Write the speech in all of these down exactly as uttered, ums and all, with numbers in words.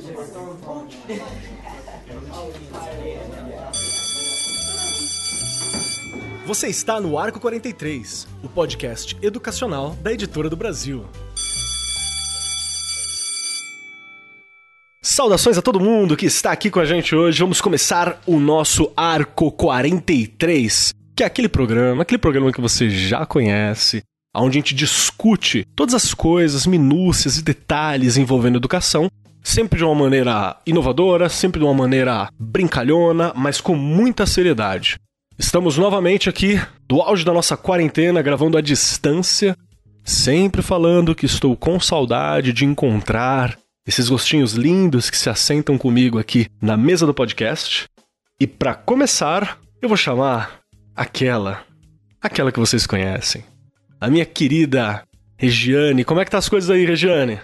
Você está no Arco quarenta e três, o podcast educacional da Editora do Brasil. Saudações a todo mundo que está aqui com a gente hoje. Vamos começar o nosso Arco quarenta e três, que é aquele programa, aquele programa que você já conhece, onde a gente discute todas as coisas, minúcias e detalhes envolvendo educação, sempre de uma maneira inovadora, sempre de uma maneira brincalhona, mas com muita seriedade. Estamos novamente aqui, do auge da nossa quarentena, gravando à distância, sempre falando que estou com saudade de encontrar esses gostinhos lindos que se assentam comigo aqui na mesa do podcast. E para começar, eu vou chamar aquela, aquela que vocês conhecem. A minha querida Regiane. Como é que tá as coisas aí, Regiane?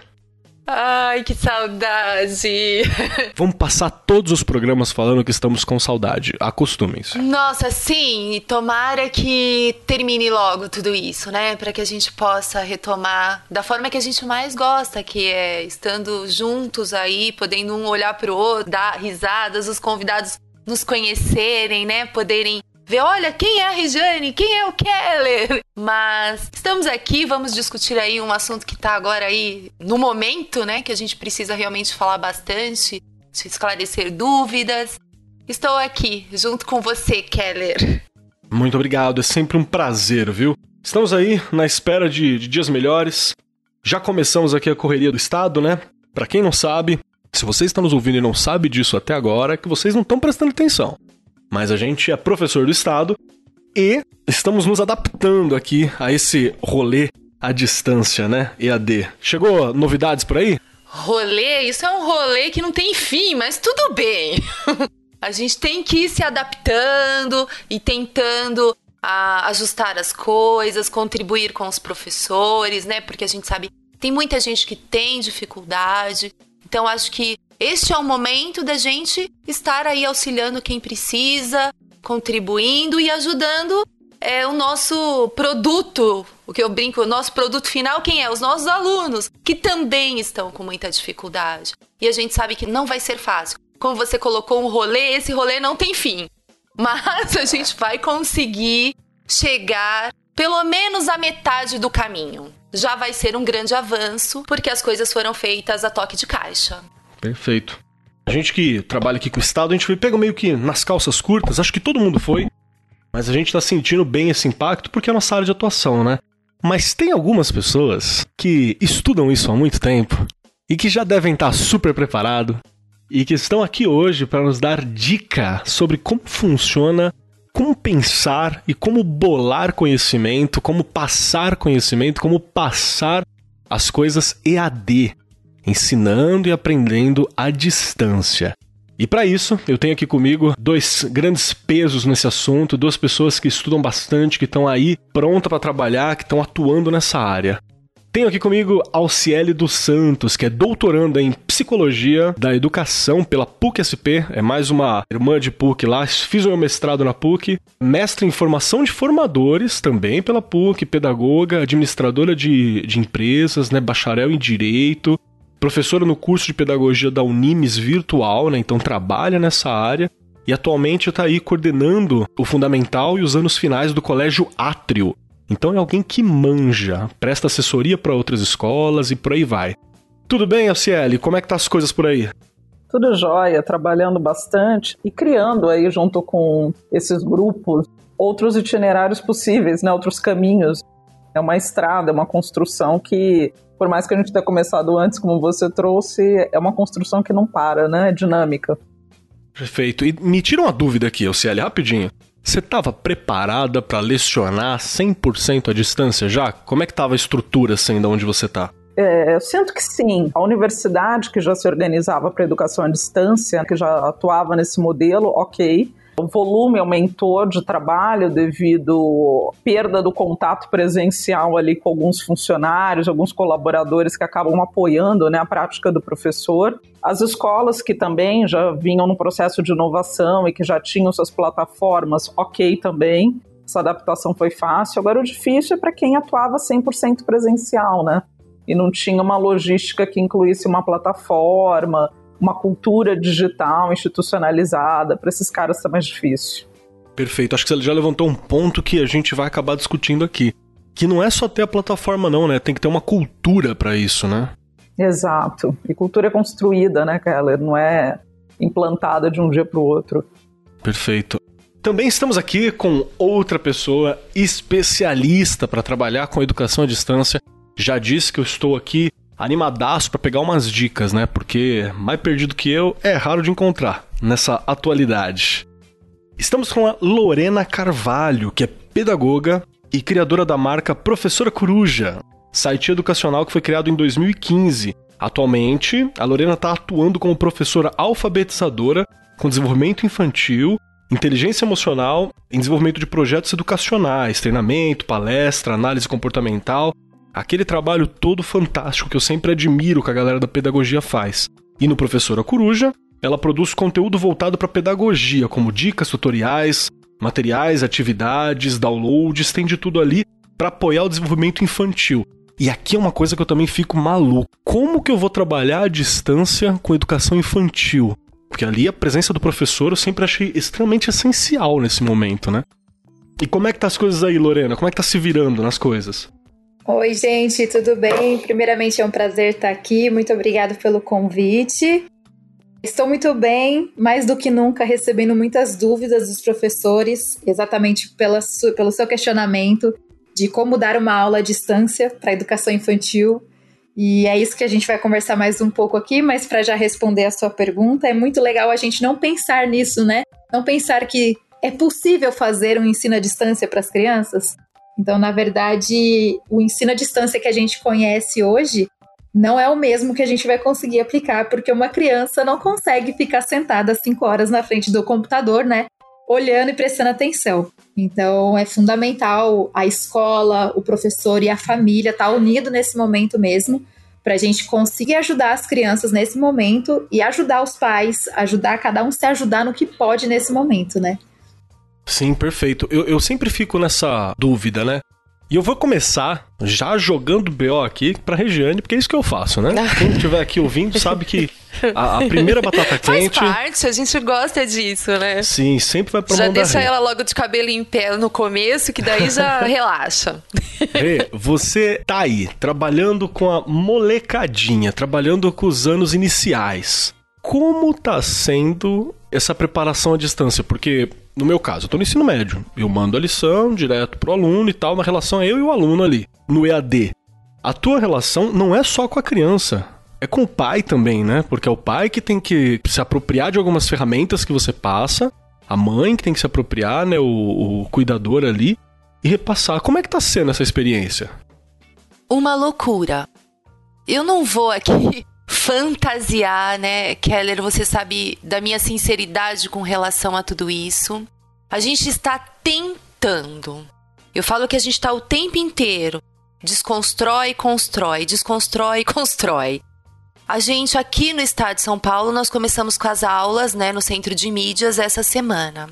Ai, que saudade! Vamos passar todos os programas falando que estamos com saudade. Acostumem-se. Nossa, sim! Tomara que termine logo tudo isso, né? Para que a gente possa retomar da forma que a gente mais gosta, que é estando juntos aí, podendo um olhar pro outro, dar risadas, os convidados nos conhecerem, né? Poderem ver, olha, quem é a Regiane? Quem é o Keller? Mas estamos aqui, vamos discutir aí um assunto que tá agora aí no momento, né? Que a gente precisa realmente falar bastante, esclarecer dúvidas. Estou aqui, junto com você, Keller. Muito obrigado, é sempre um prazer, viu? Estamos aí na espera de, de dias melhores. Já começamos aqui a correria do Estado, né? Pra quem não sabe, se você está nos ouvindo e não sabe disso até agora, é que vocês não estão prestando atenção. Mas a gente é professor do Estado e estamos nos adaptando aqui a esse rolê à distância, né? E A D. Chegou novidades por aí? Rolê? Isso é um rolê que não tem fim, mas tudo bem. A gente tem que ir se adaptando e tentando a, ajustar as coisas, contribuir com os professores, né? Porque a gente sabe que tem muita gente que tem dificuldade. Então, acho que este é o momento da gente estar aí auxiliando quem precisa, contribuindo e ajudando é, o nosso produto, o que eu brinco, o nosso produto final, quem é? Os nossos alunos, que também estão com muita dificuldade. E a gente sabe que não vai ser fácil. Como você colocou um rolê, esse rolê não tem fim. Mas a gente vai conseguir chegar pelo menos à metade do caminho. Já vai ser um grande avanço, porque as coisas foram feitas a toque de caixa. Perfeito. A gente que trabalha aqui com o Estado, a gente foi pego meio que nas calças curtas, acho que todo mundo foi, mas a gente tá sentindo bem esse impacto porque é a nossa área de atuação, né? Mas tem algumas pessoas que estudam isso há muito tempo e que já devem estar super preparados e que estão aqui hoje para nos dar dica sobre como funciona, como pensar e como bolar conhecimento, como passar conhecimento, como passar as coisas E A D. Ensinando e aprendendo à distância. E para isso, eu tenho aqui comigo dois grandes pesos nesse assunto, duas pessoas que estudam bastante, que estão aí prontas para trabalhar, que estão atuando nessa área. Tenho aqui comigo Alciele dos Santos, que é doutoranda em Psicologia da Educação pela P U C S P, é mais uma irmã de P U C lá, fiz o meu mestrado na P U C, mestre em Formação de Formadores também pela P U C, pedagoga, administradora de, de empresas, né, bacharel em Direito, professora no curso de pedagogia da Unimes Virtual, né? Então trabalha nessa área e atualmente está aí coordenando o fundamental e os anos finais do Colégio Átrio. Então é alguém que manja, presta assessoria para outras escolas e por aí vai. Tudo bem, Alciele? Como é que tá as coisas por aí? Tudo jóia, trabalhando bastante e criando aí junto com esses grupos outros itinerários possíveis, né? Outros caminhos. É uma estrada, é uma construção que, por mais que a gente tenha começado antes, como você trouxe, é uma construção que não para, né? É dinâmica. Perfeito. E me tira uma dúvida aqui, Alciele, rapidinho. Você estava preparada para lecionar cem por cento à distância já? Como é que estava a estrutura, assim, de onde você está? É, eu sinto que sim. A universidade que já se organizava para educação à distância, que já atuava nesse modelo, ok. O volume aumentou de trabalho devido à perda do contato presencial ali com alguns funcionários, alguns colaboradores que acabam apoiando, né, a prática do professor. As escolas que também já vinham no processo de inovação e que já tinham suas plataformas, ok também. Essa adaptação foi fácil. Agora o difícil é para quem atuava cem por cento presencial, né? E não tinha uma logística que incluísse uma plataforma, uma cultura digital institucionalizada. Para esses caras tá mais difícil. Perfeito. Acho que você já levantou um ponto que a gente vai acabar discutindo aqui. Que não é só ter a plataforma não, né? Tem que ter uma cultura para isso, né? Exato. E cultura é construída, né, Keller? Não é implantada de um dia para o outro. Perfeito. Também estamos aqui com outra pessoa especialista para trabalhar com educação à distância. Já disse que eu estou aqui animadaço para pegar umas dicas, né? Porque mais perdido que eu é raro de encontrar nessa atualidade. Estamos com a Lorena Carvalho, que é pedagoga e criadora da marca Professora Coruja, site educacional que foi criado em dois mil e quinze. Atualmente, a Lorena está atuando como professora alfabetizadora com desenvolvimento infantil, inteligência emocional, em desenvolvimento de projetos educacionais, treinamento, palestra, análise comportamental, aquele trabalho todo fantástico que eu sempre admiro que a galera da pedagogia faz. E no Professora Coruja, ela produz conteúdo voltado para pedagogia, como dicas, tutoriais, materiais, atividades, downloads, tem de tudo ali para apoiar o desenvolvimento infantil. E aqui é uma coisa que eu também fico maluco. Como que eu vou trabalhar à distância com educação infantil? Porque ali a presença do professor eu sempre achei extremamente essencial nesse momento, né? E como é que tá as coisas aí, Lorena? Como é que tá se virando nas coisas? Oi, gente, tudo bem? Primeiramente é um prazer estar aqui. Muito obrigado pelo convite. Estou muito bem, mais do que nunca recebendo muitas dúvidas dos professores, exatamente pela su- pelo seu questionamento de como dar uma aula à distância para a educação infantil. E é isso que a gente vai conversar mais um pouco aqui, mas para já responder a sua pergunta, é muito legal a gente não pensar nisso, né? Não pensar que é possível fazer um ensino à distância para as crianças. Então, na verdade, o ensino à distância que a gente conhece hoje não é o mesmo que a gente vai conseguir aplicar, porque uma criança não consegue ficar sentada cinco horas na frente do computador, né? Olhando e prestando atenção. Então, é fundamental a escola, o professor e a família estar unido nesse momento mesmo, para a gente conseguir ajudar as crianças nesse momento e ajudar os pais, ajudar cada um se ajudar no que pode nesse momento, né? Sim, perfeito. Eu, eu sempre fico nessa dúvida, né? E eu vou começar já jogando B O aqui pra Regiane, porque é isso que eu faço, né? Quem estiver aqui ouvindo sabe que a, a primeira batata quente... Faz parte, a gente gosta disso, né? Sim, sempre vai pra já mão da deixa Rê. ela logo de cabelo em pé no começo, que daí já relaxa. Rê, você tá aí, trabalhando com a molecadinha, trabalhando com os anos iniciais. Como tá sendo essa preparação à distância? Porque... no meu caso, eu tô no ensino médio. Eu mando a lição direto pro aluno e tal, uma relação é eu e o aluno ali, no E A D. A tua relação não é só com a criança, é com o pai também, né? Porque é o pai que tem que se apropriar de algumas ferramentas que você passa, a mãe que tem que se apropriar, né? O, o cuidador ali, e repassar. Como é que tá sendo essa experiência? Uma loucura. Eu não vou aqui... fantasiar, né, Keller? Você sabe da minha sinceridade com relação a tudo isso. A gente está tentando. Eu falo que a gente está o tempo inteiro. Desconstrói, constrói, desconstrói, constrói. A gente aqui no estado de São Paulo, nós começamos com as aulas, né, no Centro de Mídias essa semana.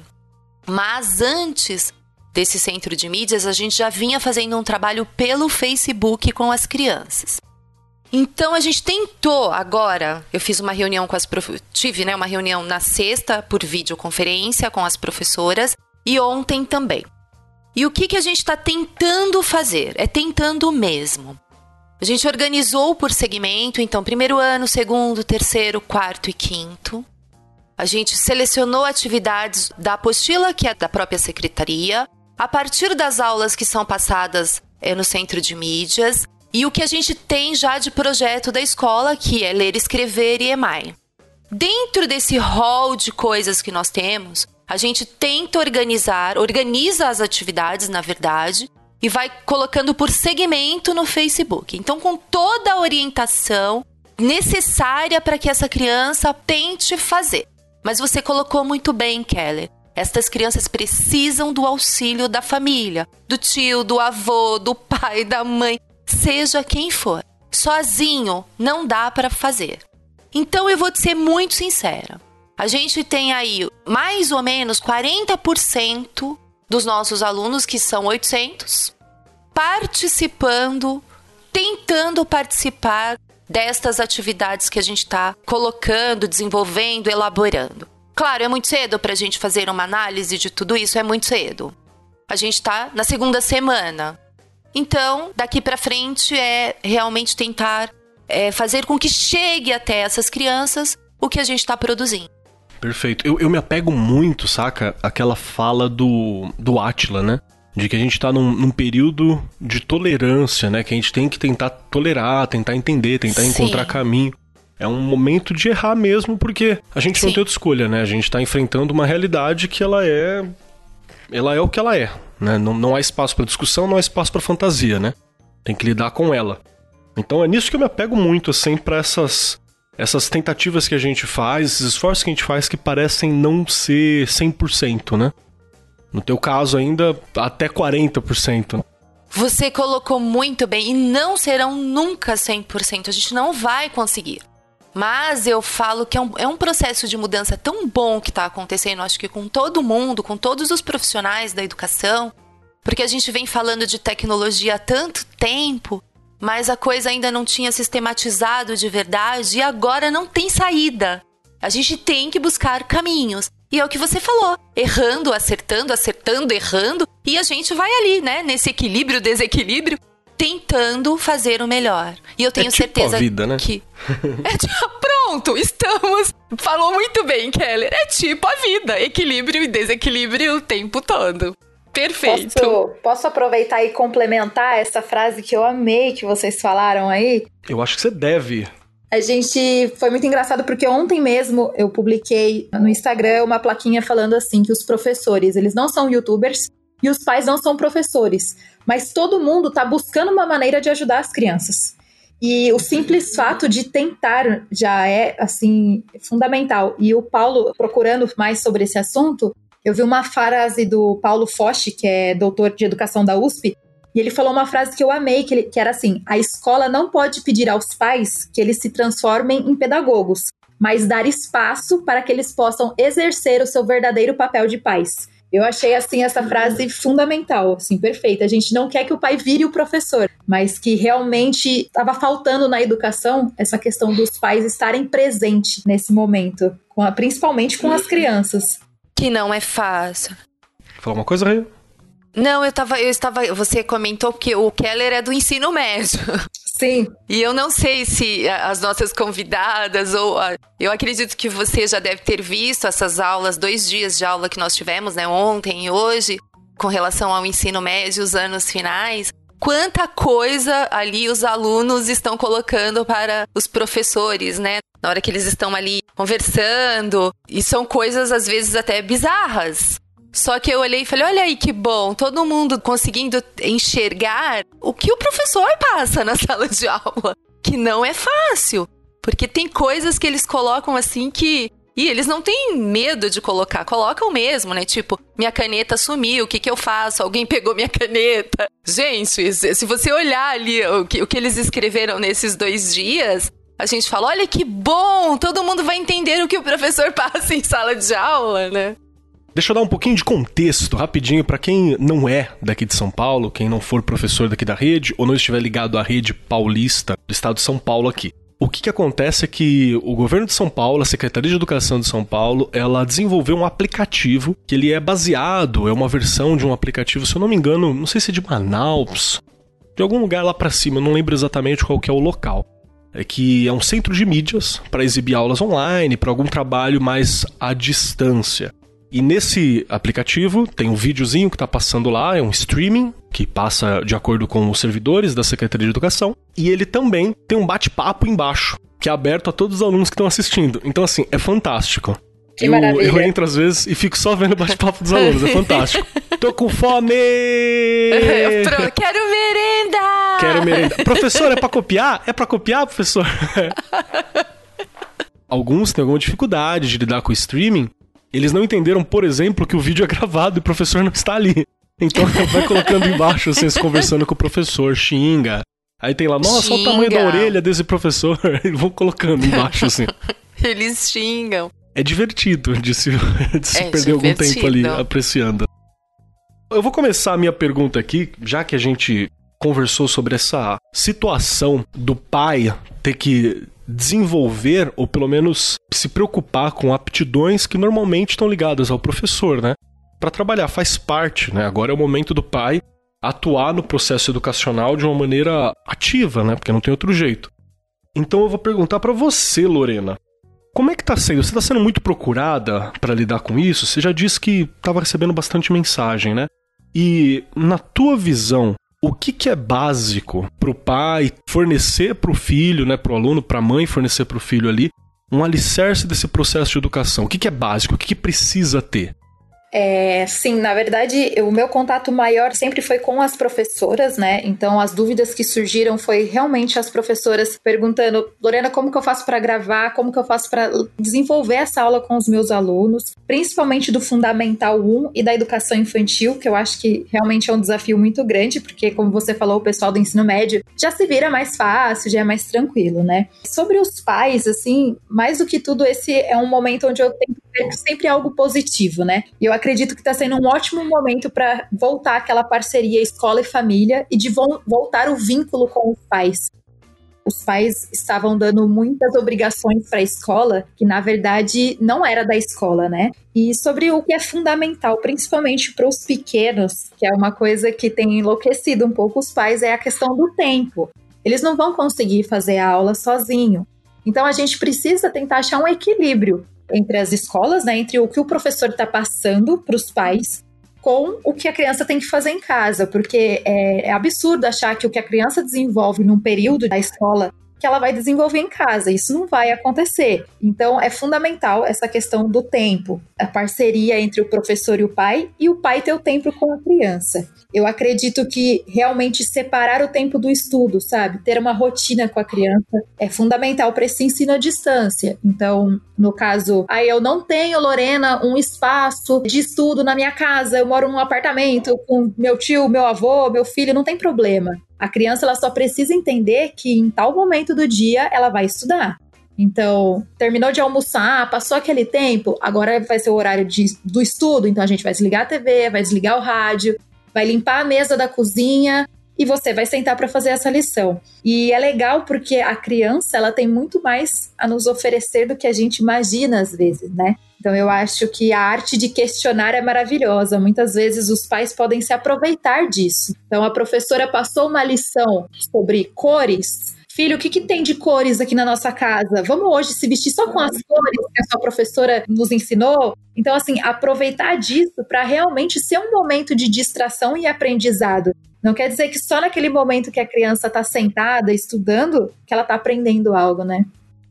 Mas antes desse Centro de Mídias, a gente já vinha fazendo um trabalho pelo Facebook com as crianças. Então, a gente tentou agora, eu fiz uma reunião com as professoras, tive né, uma reunião na sexta por videoconferência com as professoras e ontem também. E o que, que a gente está tentando fazer? É tentando mesmo. A gente organizou por segmento, então, primeiro ano, segundo, terceiro, quarto e quinto. A gente selecionou atividades da apostila, que é da própria secretaria, a partir das aulas que são passadas é, no Centro de Mídias, e o que a gente tem já de projeto da escola, que é ler, escrever e E M A I. Dentro desse rol de coisas que nós temos, a gente tenta organizar, organiza as atividades, na verdade, e vai colocando por segmento no Facebook. Então, com toda a orientação necessária para que essa criança tente fazer. Mas você colocou muito bem, Keller. Estas crianças precisam do auxílio da família, do tio, do avô, do pai, da mãe. Seja quem for, sozinho não dá para fazer. Então eu vou te ser muito sincera. A gente tem aí mais ou menos quarenta por cento dos nossos alunos, que são oitocentos, participando, tentando participar destas atividades que a gente está colocando, desenvolvendo, elaborando. Claro, é muito cedo para a gente fazer uma análise de tudo isso, é muito cedo. A gente está na segunda semana. Então, daqui para frente é realmente tentar é, fazer com que chegue até essas crianças o que a gente está produzindo. Perfeito. Eu, eu me apego muito, saca, aquela fala do, do Átila, né? De que a gente tá num, num período de tolerância, né? Que a gente tem que tentar tolerar, tentar entender, tentar Sim. encontrar caminho. É um momento de errar mesmo, porque a gente Sim. não tem outra escolha, né? A gente tá enfrentando uma realidade que ela é... Ela é o que ela é, né? Não, não há espaço para discussão, não há espaço para fantasia, né? Tem que lidar com ela. Então é nisso que eu me apego muito, assim, pra essas... Essas tentativas que a gente faz, esses esforços que a gente faz que parecem não ser cem por cento, né? No teu caso ainda, até quarenta por cento. Você colocou muito bem, e não serão nunca cem por cento, a gente não vai conseguir. Mas eu falo que é um, é um processo de mudança tão bom que está acontecendo, acho que com todo mundo, com todos os profissionais da educação, porque a gente vem falando de tecnologia há tanto tempo, mas a coisa ainda não tinha sistematizado de verdade e agora não tem saída. A gente tem que buscar caminhos. E é o que você falou, errando, acertando, acertando, errando, e a gente vai ali, né, nesse equilíbrio, desequilíbrio, tentando fazer o melhor. E eu tenho é tipo certeza a vida, né? que... É tipo, pronto, estamos... Falou muito bem, Keller. É tipo a vida, equilíbrio e desequilíbrio o tempo todo. Perfeito. Posso, posso aproveitar e complementar essa frase que eu amei que vocês falaram aí? Eu acho que você deve... A gente... Foi muito engraçado porque ontem mesmo eu publiquei no Instagram uma plaquinha falando assim que os professores, eles não são youtubers e os pais não são professores, mas todo mundo tá buscando uma maneira de ajudar as crianças. E o simples fato de tentar já é, assim, fundamental. E o Paulo, procurando mais sobre esse assunto, eu vi uma frase do Paulo Foch, que é doutor de educação da U S P, e ele falou uma frase que eu amei, que, ele, que era assim: a escola não pode pedir aos pais que eles se transformem em pedagogos, mas dar espaço para que eles possam exercer o seu verdadeiro papel de pais. Eu achei, assim, essa frase fundamental, assim, perfeita. A gente não quer que o pai vire o professor, mas que realmente estava faltando na educação essa questão dos pais estarem presentes nesse momento, com a, principalmente com as crianças. Que não é fácil. Falar uma coisa, Raia? Não, eu tava, eu estava... Você comentou que o Keller é do ensino médio. Sim. E eu não sei se as nossas convidadas ou... A, eu acredito que você já deve ter visto essas aulas, dois dias de aula que nós tivemos, né? Ontem e hoje, com relação ao ensino médio, os anos finais. Quanta coisa ali os alunos estão colocando para os professores, né? Na hora que eles estão ali conversando. E são coisas, às vezes, até bizarras. Só que eu olhei e falei, olha aí que bom, todo mundo conseguindo enxergar o que o professor passa na sala de aula, que não é fácil, porque tem coisas que eles colocam assim que... E eles não têm medo de colocar, colocam mesmo, né? Tipo, minha caneta sumiu, o que que eu faço? Alguém pegou minha caneta. Gente, se você olhar ali o que, o que eles escreveram nesses dois dias, a gente fala, olha que bom, todo mundo vai entender o que o professor passa em sala de aula, né? Deixa eu dar um pouquinho de contexto, rapidinho, para quem não é daqui de São Paulo, quem não for professor daqui da rede, ou não estiver ligado à rede paulista do estado de São Paulo aqui. O que que acontece é que o governo de São Paulo, a Secretaria de Educação de São Paulo, ela desenvolveu um aplicativo que ele é baseado, é uma versão de um aplicativo, se eu não me engano, não sei se é de Manaus, de algum lugar lá para cima, eu não lembro exatamente qual que é o local. É que é um centro de mídias para exibir aulas online, para algum trabalho mais à distância. E nesse aplicativo tem um videozinho que está passando lá, é um streaming que passa de acordo com os servidores da Secretaria de Educação. E ele também tem um bate-papo embaixo, que é aberto a todos os alunos que estão assistindo. Então, assim, é fantástico. Que eu, maravilha. eu entro às vezes e fico só vendo o bate-papo dos alunos, é fantástico. Tô com fome! Pro, quero merenda! Quero merenda. Professor, é pra copiar? É pra copiar, professor? Alguns têm alguma dificuldade de lidar com o streaming. Eles não entenderam, por exemplo, que o vídeo é gravado e o professor não está ali. Então vai colocando embaixo, vocês conversando com o professor, xinga. Aí tem lá, nossa, xinga. Olha o tamanho da orelha desse professor. Eles vão colocando embaixo, assim. Eles xingam. É divertido de se, de se é perder divertido. algum tempo ali apreciando. Eu vou começar a minha pergunta aqui, já que a gente conversou sobre essa situação do pai ter que desenvolver, ou pelo menos se preocupar com aptidões que normalmente estão ligadas ao professor, né? Para trabalhar, faz parte, né? Agora é o momento do pai atuar no processo educacional de uma maneira ativa, né? Porque não tem outro jeito. Então eu vou perguntar para você, Lorena. Como é que tá sendo? Você está sendo muito procurada para lidar com isso? Você já disse que estava recebendo bastante mensagem, né? E, na tua visão, o que, que é básico para o pai fornecer para o filho, né, para o aluno, para a mãe fornecer para o filho ali, um alicerce desse processo de educação? O que, que é básico? O que, que precisa ter? É, sim, na verdade, o meu contato maior sempre foi com as professoras, né? Então, as dúvidas que surgiram foi realmente as professoras perguntando: Lorena, como que eu faço para gravar? Como que eu faço para desenvolver essa aula com os meus alunos? Principalmente do Fundamental um e da educação infantil, que eu acho que realmente é um desafio muito grande, porque, como você falou, o pessoal do ensino médio já se vira mais fácil, já é mais tranquilo, né? Sobre os pais, assim, mais do que tudo, esse é um momento onde eu tento ver sempre algo positivo, né? E eu acredito que está sendo um ótimo momento para voltar aquela parceria escola e família e de vo- voltar o vínculo com os pais. Os pais estavam dando muitas obrigações para a escola, que na verdade não era da escola, né? E sobre o que é fundamental, principalmente para os pequenos, que é uma coisa que tem enlouquecido um pouco os pais, é a questão do tempo. Eles não vão conseguir fazer a aula sozinho. Então a gente precisa tentar achar um equilíbrio entre as escolas, né, entre o que o professor está passando para os pais com o que a criança tem que fazer em casa, porque é, é absurdo achar que o que a criança desenvolve num período da escola que ela vai desenvolver em casa. Isso não vai acontecer. Então, é fundamental essa questão do tempo, a parceria entre o professor e o pai, e o pai ter o tempo com a criança. Eu acredito que realmente separar o tempo do estudo, sabe? Ter uma rotina com a criança é fundamental para esse ensino à distância. Então, no caso, aí eu não tenho, Lorena, um espaço de estudo na minha casa, eu moro num apartamento com meu tio, meu avô, meu filho, não tem problema. A criança ela só precisa entender que em tal momento do dia ela vai estudar. Então, terminou de almoçar, passou aquele tempo, agora vai ser o horário de, do estudo, então a gente vai desligar a T V, vai desligar o rádio, vai limpar a mesa da cozinha e você vai sentar para fazer essa lição. E é legal porque a criança ela tem muito mais a nos oferecer do que a gente imagina às vezes, né? Então eu acho que a arte de questionar é maravilhosa. Muitas vezes os pais podem se aproveitar disso. Então a professora passou uma lição sobre cores. Filho, o que, que tem de cores aqui na nossa casa? Vamos hoje se vestir só com as cores que a sua professora nos ensinou? Então, assim, aproveitar disso para realmente ser um momento de distração e aprendizado. Não quer dizer que só naquele momento que a criança está sentada, estudando, que ela está aprendendo algo, né?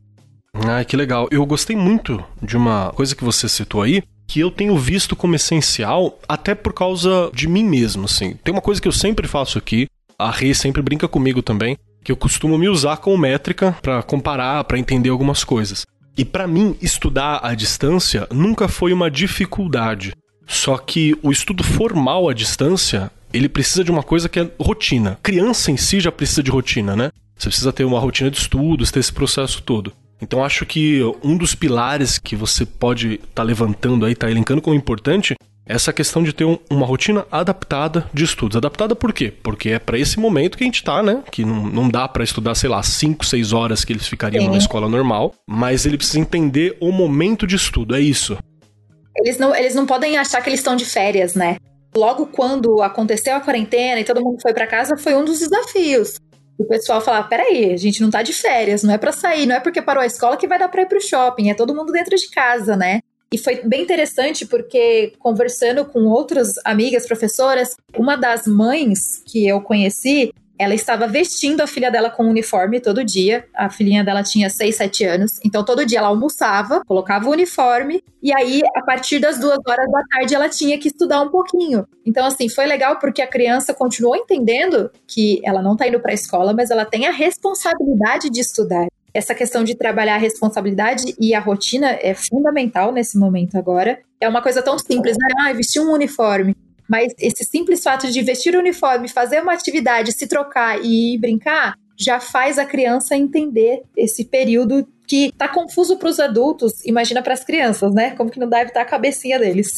Ah, que legal. Eu gostei muito de uma coisa que você citou aí, que eu tenho visto como essencial, até por causa de mim mesmo, assim. Tem uma coisa que eu sempre faço aqui, a Rê sempre brinca comigo também, que eu costumo me usar como métrica para comparar, para entender algumas coisas. E para mim, estudar à distância nunca foi uma dificuldade. Só que o estudo formal à distância, ele precisa de uma coisa que é rotina. Criança em si já precisa de rotina, né? Você precisa ter uma rotina de estudos, ter esse processo todo. Então acho que um dos pilares que você pode estar tá levantando aí, tá elencando como importante, é essa questão de ter um, uma rotina adaptada de estudos. Adaptada por quê? Porque é para esse momento que a gente tá, né? Que não, não dá para estudar, sei lá, cinco, seis horas que eles ficariam Sim. na escola normal, mas ele precisa entender o momento de estudo, é isso. Eles não, eles não podem achar que eles estão de férias, né? Logo quando aconteceu a quarentena e todo mundo foi para casa, foi um dos desafios. O pessoal falava, peraí, a gente não tá de férias, não é pra sair, não é porque parou a escola que vai dar pra ir pro shopping, é todo mundo dentro de casa, né? E foi bem interessante porque, conversando com outras amigas professoras, uma das mães que eu conheci, ela estava vestindo a filha dela com uniforme todo dia. A filhinha dela tinha seis, sete anos. Então, todo dia ela almoçava, colocava o uniforme. E aí, a partir das duas horas da tarde, ela tinha que estudar um pouquinho. Então, assim, foi legal porque a criança continuou entendendo que ela não está indo para a escola, mas ela tem a responsabilidade de estudar. Essa questão de trabalhar a responsabilidade e a rotina é fundamental nesse momento agora. É uma coisa tão simples, né? Ah, vestir um uniforme. Mas esse simples fato de vestir o uniforme, fazer uma atividade, se trocar e ir brincar, já faz a criança entender esse período que tá confuso para os adultos. Imagina para as crianças, né? Como que não deve estar a cabecinha deles.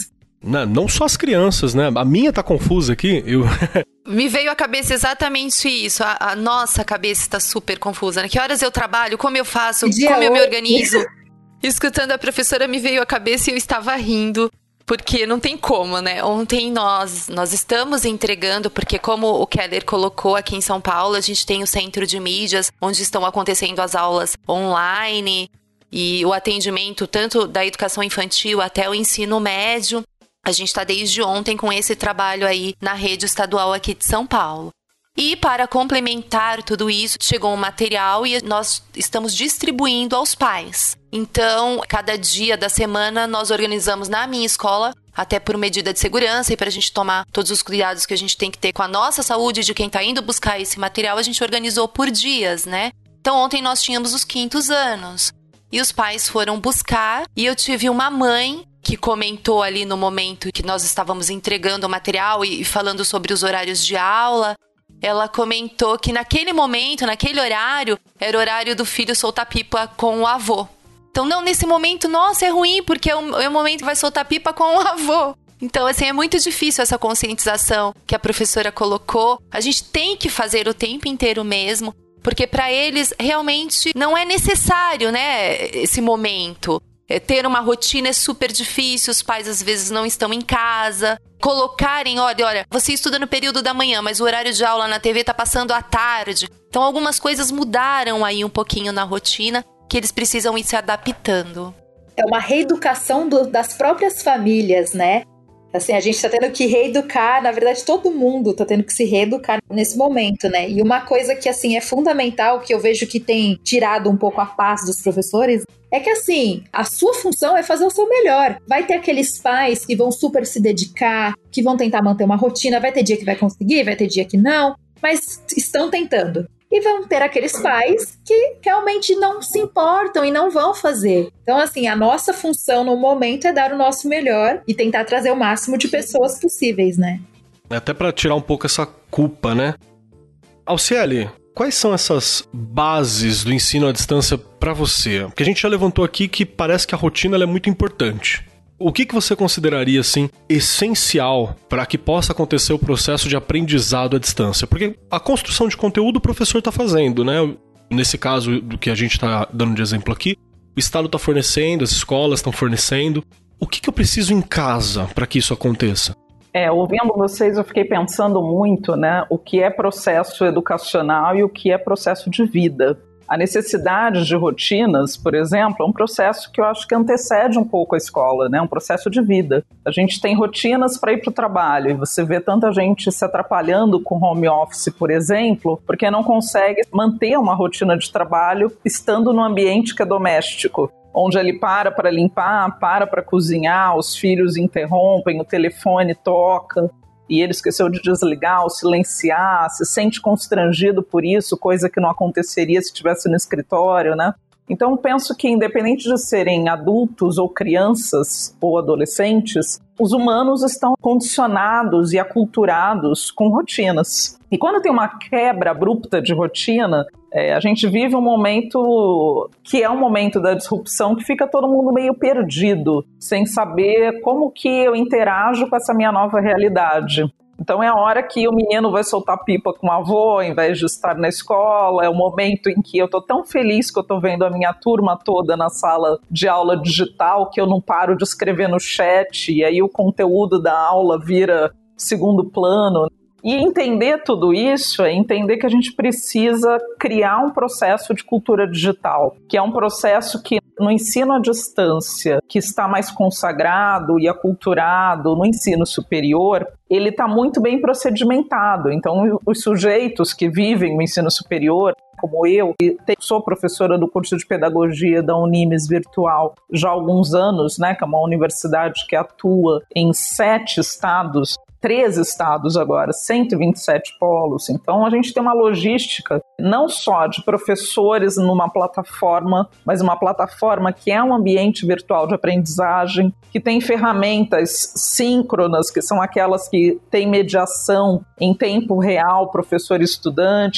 Não, não só as crianças, né? A minha tá confusa aqui. Eu... Me veio à cabeça exatamente isso. A, a nossa cabeça está super confusa, né? Que horas eu trabalho, como eu faço, Dia como eu me oito. organizo. Escutando a professora, me veio à cabeça e eu estava rindo. Porque não tem como, né? Ontem nós, nós estamos entregando, porque como o Keller colocou aqui em São Paulo, a gente tem o centro de mídias, onde estão acontecendo as aulas online e o atendimento tanto da educação infantil até o ensino médio. A gente está desde ontem com esse trabalho aí na rede estadual aqui de São Paulo. E para complementar tudo isso, chegou um material e nós estamos distribuindo aos pais. Então, cada dia da semana nós organizamos na minha escola, até por medida de segurança e para a gente tomar todos os cuidados que a gente tem que ter com a nossa saúde de quem está indo buscar esse material, a gente organizou por dias, né? Então, ontem nós tínhamos os quintos anos e os pais foram buscar e eu tive uma mãe que comentou ali no momento que nós estávamos entregando o material e falando sobre os horários de aula. Ela comentou que naquele momento, naquele horário, era o horário do filho soltar pipa com o avô. Então, não, nesse momento, nossa, é ruim, porque é o, é o momento que vai soltar pipa com o avô. Então, assim, é muito difícil essa conscientização que a professora colocou. A gente tem que fazer o tempo inteiro mesmo, porque para eles realmente não é necessário, né, esse momento. É, ter uma rotina é super difícil, os pais às vezes não estão em casa. Colocarem, olha, olha, você estuda no período da manhã, mas o horário de aula na T V tá passando à tarde. Então algumas coisas mudaram aí um pouquinho na rotina, que eles precisam ir se adaptando. É uma reeducação do, das próprias famílias, né? Assim, a gente tá tendo que reeducar, na verdade todo mundo tá tendo que se reeducar nesse momento, né? E uma coisa que, assim, é fundamental, que eu vejo que tem tirado um pouco a paz dos professores, é que, assim, a sua função é fazer o seu melhor. Vai ter aqueles pais que vão super se dedicar, que vão tentar manter uma rotina, vai ter dia que vai conseguir, vai ter dia que não, mas estão tentando. E vão ter aqueles pais que realmente não se importam e não vão fazer. Então, assim, a nossa função no momento é dar o nosso melhor e tentar trazer o máximo de pessoas possíveis, né? Até para tirar um pouco essa culpa, né? Alciele, quais são essas bases do ensino à distância para você? Porque a gente já levantou aqui que parece que a rotina ela é muito importante. O que, que você consideraria, assim, essencial para que possa acontecer o processo de aprendizado à distância? Porque a construção de conteúdo o professor está fazendo, né? Nesse caso do que a gente está dando de exemplo aqui, o Estado está fornecendo, as escolas estão fornecendo. O que, que eu preciso em casa para que isso aconteça? É, ouvindo vocês, eu fiquei pensando muito, né, o que é processo educacional e o que é processo de vida. A necessidade de rotinas, por exemplo, é um processo que eu acho que antecede um pouco a escola, né? Um processo de vida. A gente tem rotinas para ir para o trabalho e você vê tanta gente se atrapalhando com home office, por exemplo, porque não consegue manter uma rotina de trabalho estando num ambiente que é doméstico, onde ele para para limpar, para para cozinhar, os filhos interrompem, o telefone toca e ele esqueceu de desligar ou silenciar, se sente constrangido por isso, coisa que não aconteceria se estivesse no escritório, né? Então, penso que independente de serem adultos ou crianças ou adolescentes, os humanos estão condicionados e aculturados com rotinas. E quando tem uma quebra abrupta de rotina, é, a gente vive um momento que é um momento da disrupção que fica todo mundo meio perdido, sem saber como que eu interajo com essa minha nova realidade. Então é a hora que o menino vai soltar pipa com o avô, ao invés de estar na escola, é o momento em que eu tô tão feliz que eu tô vendo a minha turma toda na sala de aula digital que eu não paro de escrever no chat, e aí o conteúdo da aula vira segundo plano. E entender tudo isso é entender que a gente precisa criar um processo de cultura digital, que é um processo que no ensino à distância, que está mais consagrado e aculturado no ensino superior, ele está muito bem procedimentado. Então, os sujeitos que vivem no ensino superior, como eu, que sou professora do curso de pedagogia da Unimes Virtual já há alguns anos, né, que é uma universidade que atua em sete estados, treze estados agora, cento e vinte e sete polos. Então a gente tem uma logística não só de professores numa plataforma, mas uma plataforma que é um ambiente virtual de aprendizagem, que tem ferramentas síncronas, que são aquelas que têm mediação em tempo real, professor e estudante,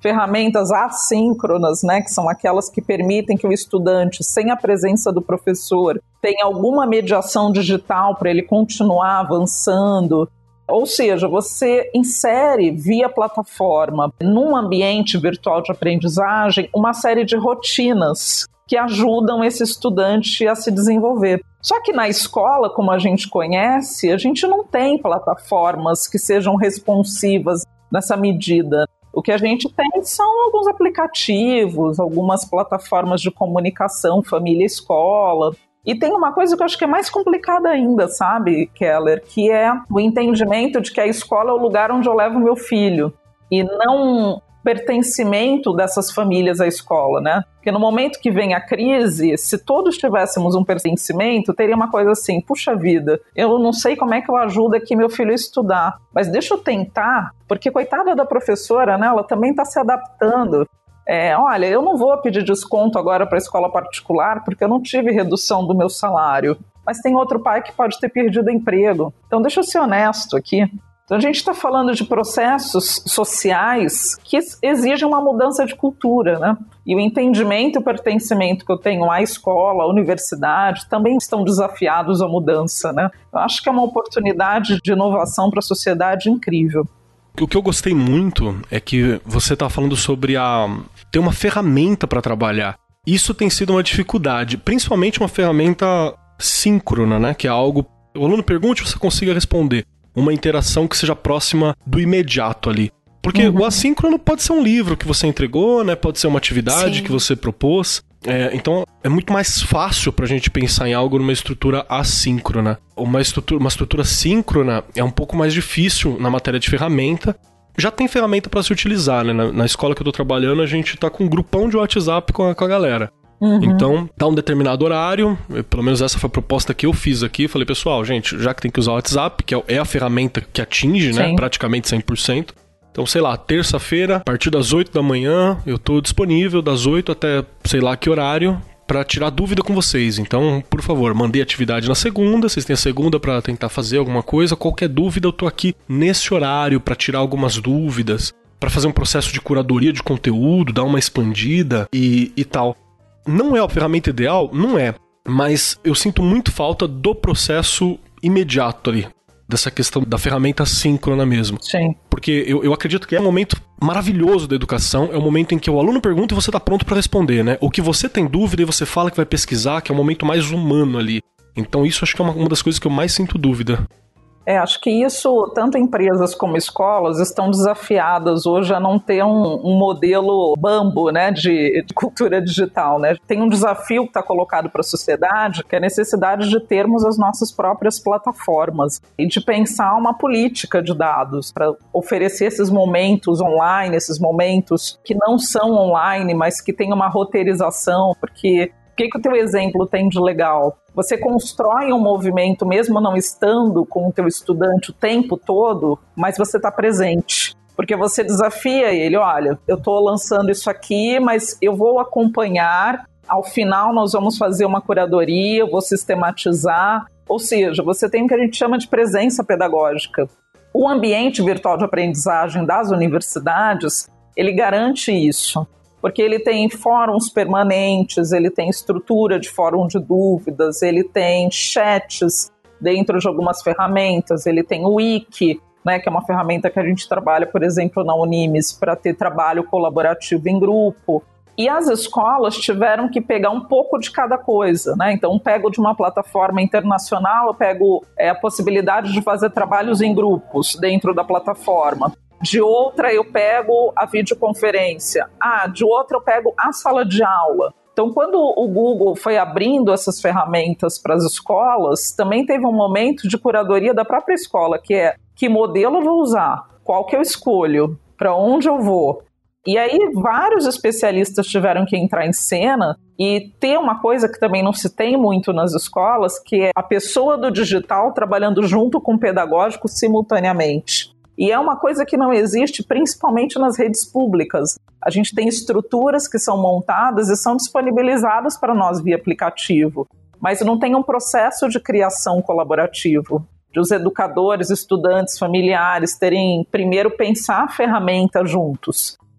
ferramentas assíncronas, né, que são aquelas que permitem que o estudante, sem a presença do professor, tenha alguma mediação digital para ele continuar avançando. Ou seja, você insere via plataforma, num ambiente virtual de aprendizagem, uma série de rotinas que ajudam esse estudante a se desenvolver. Só que na escola, como a gente conhece, a gente não tem plataformas que sejam responsivas nessa medida. O que a gente tem são alguns aplicativos, algumas plataformas de comunicação, família-escola. E tem uma coisa que eu acho que é mais complicada ainda, sabe, Keller? Que é o entendimento de que a escola é o lugar onde eu levo meu filho. E não pertencimento dessas famílias à escola, né? Porque no momento que vem a crise, se todos tivéssemos um pertencimento, teria uma coisa assim, puxa vida, eu não sei como é que eu ajudo aqui meu filho a estudar, mas deixa eu tentar, porque coitada da professora, né? Ela também está se adaptando. É, olha, eu não vou pedir desconto agora para a escola particular, porque eu não tive redução do meu salário, mas tem outro pai que pode ter perdido emprego. Então deixa eu ser honesto aqui. Então a gente está falando de processos sociais que exigem uma mudança de cultura, né? E o entendimento e o pertencimento que eu tenho à escola, à universidade, também estão desafiados à mudança, né? Eu acho que é uma oportunidade de inovação para a sociedade incrível. O que eu gostei muito é que você está falando sobre a ter uma ferramenta para trabalhar. Isso tem sido uma dificuldade, principalmente uma ferramenta síncrona, né? Que é algo, o aluno pergunta e você consiga responder. Uma interação que seja próxima do imediato ali. Porque uhum. o assíncrono pode ser um livro que você entregou, né? Pode ser uma atividade Sim. que você propôs. É, então é muito mais fácil pra gente pensar em algo numa estrutura assíncrona. Uma estrutura, uma estrutura síncrona é um pouco mais difícil na matéria de ferramenta. Já tem ferramenta para se utilizar, né? Na, na escola que eu tô trabalhando, a gente tá com um grupão de WhatsApp com a, com a galera. Uhum. Então, dá um determinado horário, pelo menos essa foi a proposta que eu fiz aqui, falei, pessoal, gente, já que tem que usar o WhatsApp, que é a ferramenta que atinge, né, praticamente cem por cento, então, sei lá, terça-feira, a partir das oito da manhã, eu tô disponível das oito até, sei lá que horário, para tirar dúvida com vocês. Então, por favor, mandei atividade na segunda, vocês têm a segunda para tentar fazer alguma coisa, qualquer dúvida eu tô aqui nesse horário para tirar algumas dúvidas, para fazer um processo de curadoria de conteúdo, dar uma expandida e, e tal. Não é a ferramenta ideal? Não é. Mas eu sinto muito falta do processo imediato ali. Dessa questão da ferramenta síncrona mesmo. Sim. Porque eu, eu acredito que é um momento maravilhoso da educação. É o momento em que o aluno pergunta e você está pronto para responder, né? Ou que você tem dúvida e você fala que vai pesquisar, que é um momento mais humano ali. Então isso acho que é uma, uma das coisas que eu mais sinto dúvida. É, acho que isso, tanto empresas como escolas, estão desafiadas hoje a não ter um, um modelo bambo, né, de, de cultura digital, né? Tem um desafio que está colocado para a sociedade, que é a necessidade de termos as nossas próprias plataformas e de pensar uma política de dados para oferecer esses momentos online, esses momentos que não são online, mas que tem uma roteirização, porque... O que, que o teu exemplo tem de legal? Você constrói um movimento mesmo não estando com o teu estudante o tempo todo, mas você está presente. Porque você desafia ele, olha, eu estou lançando isso aqui, mas eu vou acompanhar, ao final nós vamos fazer uma curadoria, eu vou sistematizar. Ou seja, você tem o que a gente chama de presença pedagógica. O ambiente virtual de aprendizagem das universidades, ele garante isso. Porque ele tem fóruns permanentes, ele tem estrutura de fórum de dúvidas, ele tem chats dentro de algumas ferramentas, ele tem o Wiki, né, que é uma ferramenta que a gente trabalha, por exemplo, na Unimes, para ter trabalho colaborativo em grupo. E as escolas tiveram que pegar um pouco de cada coisa, né? Então, pego de uma plataforma internacional, eu pego é, a possibilidade de fazer trabalhos em grupos dentro da plataforma. De outra eu pego a videoconferência. Ah, de outra eu pego a sala de aula. Então, quando o Google foi abrindo essas ferramentas para as escolas, também teve um momento de curadoria da própria escola, que é que modelo eu vou usar, qual que eu escolho, para onde eu vou. E aí vários especialistas tiveram que entrar em cena e ter uma coisa que também não se tem muito nas escolas, que é a pessoa do digital trabalhando junto com o pedagógico simultaneamente. E é uma coisa que não existe principalmente nas redes públicas. A gente tem estruturas que são montadas e são disponibilizadas para nós via aplicativo, mas não tem um processo de criação colaborativo, de os educadores, estudantes, familiares terem primeiro pensar a ferramenta juntos.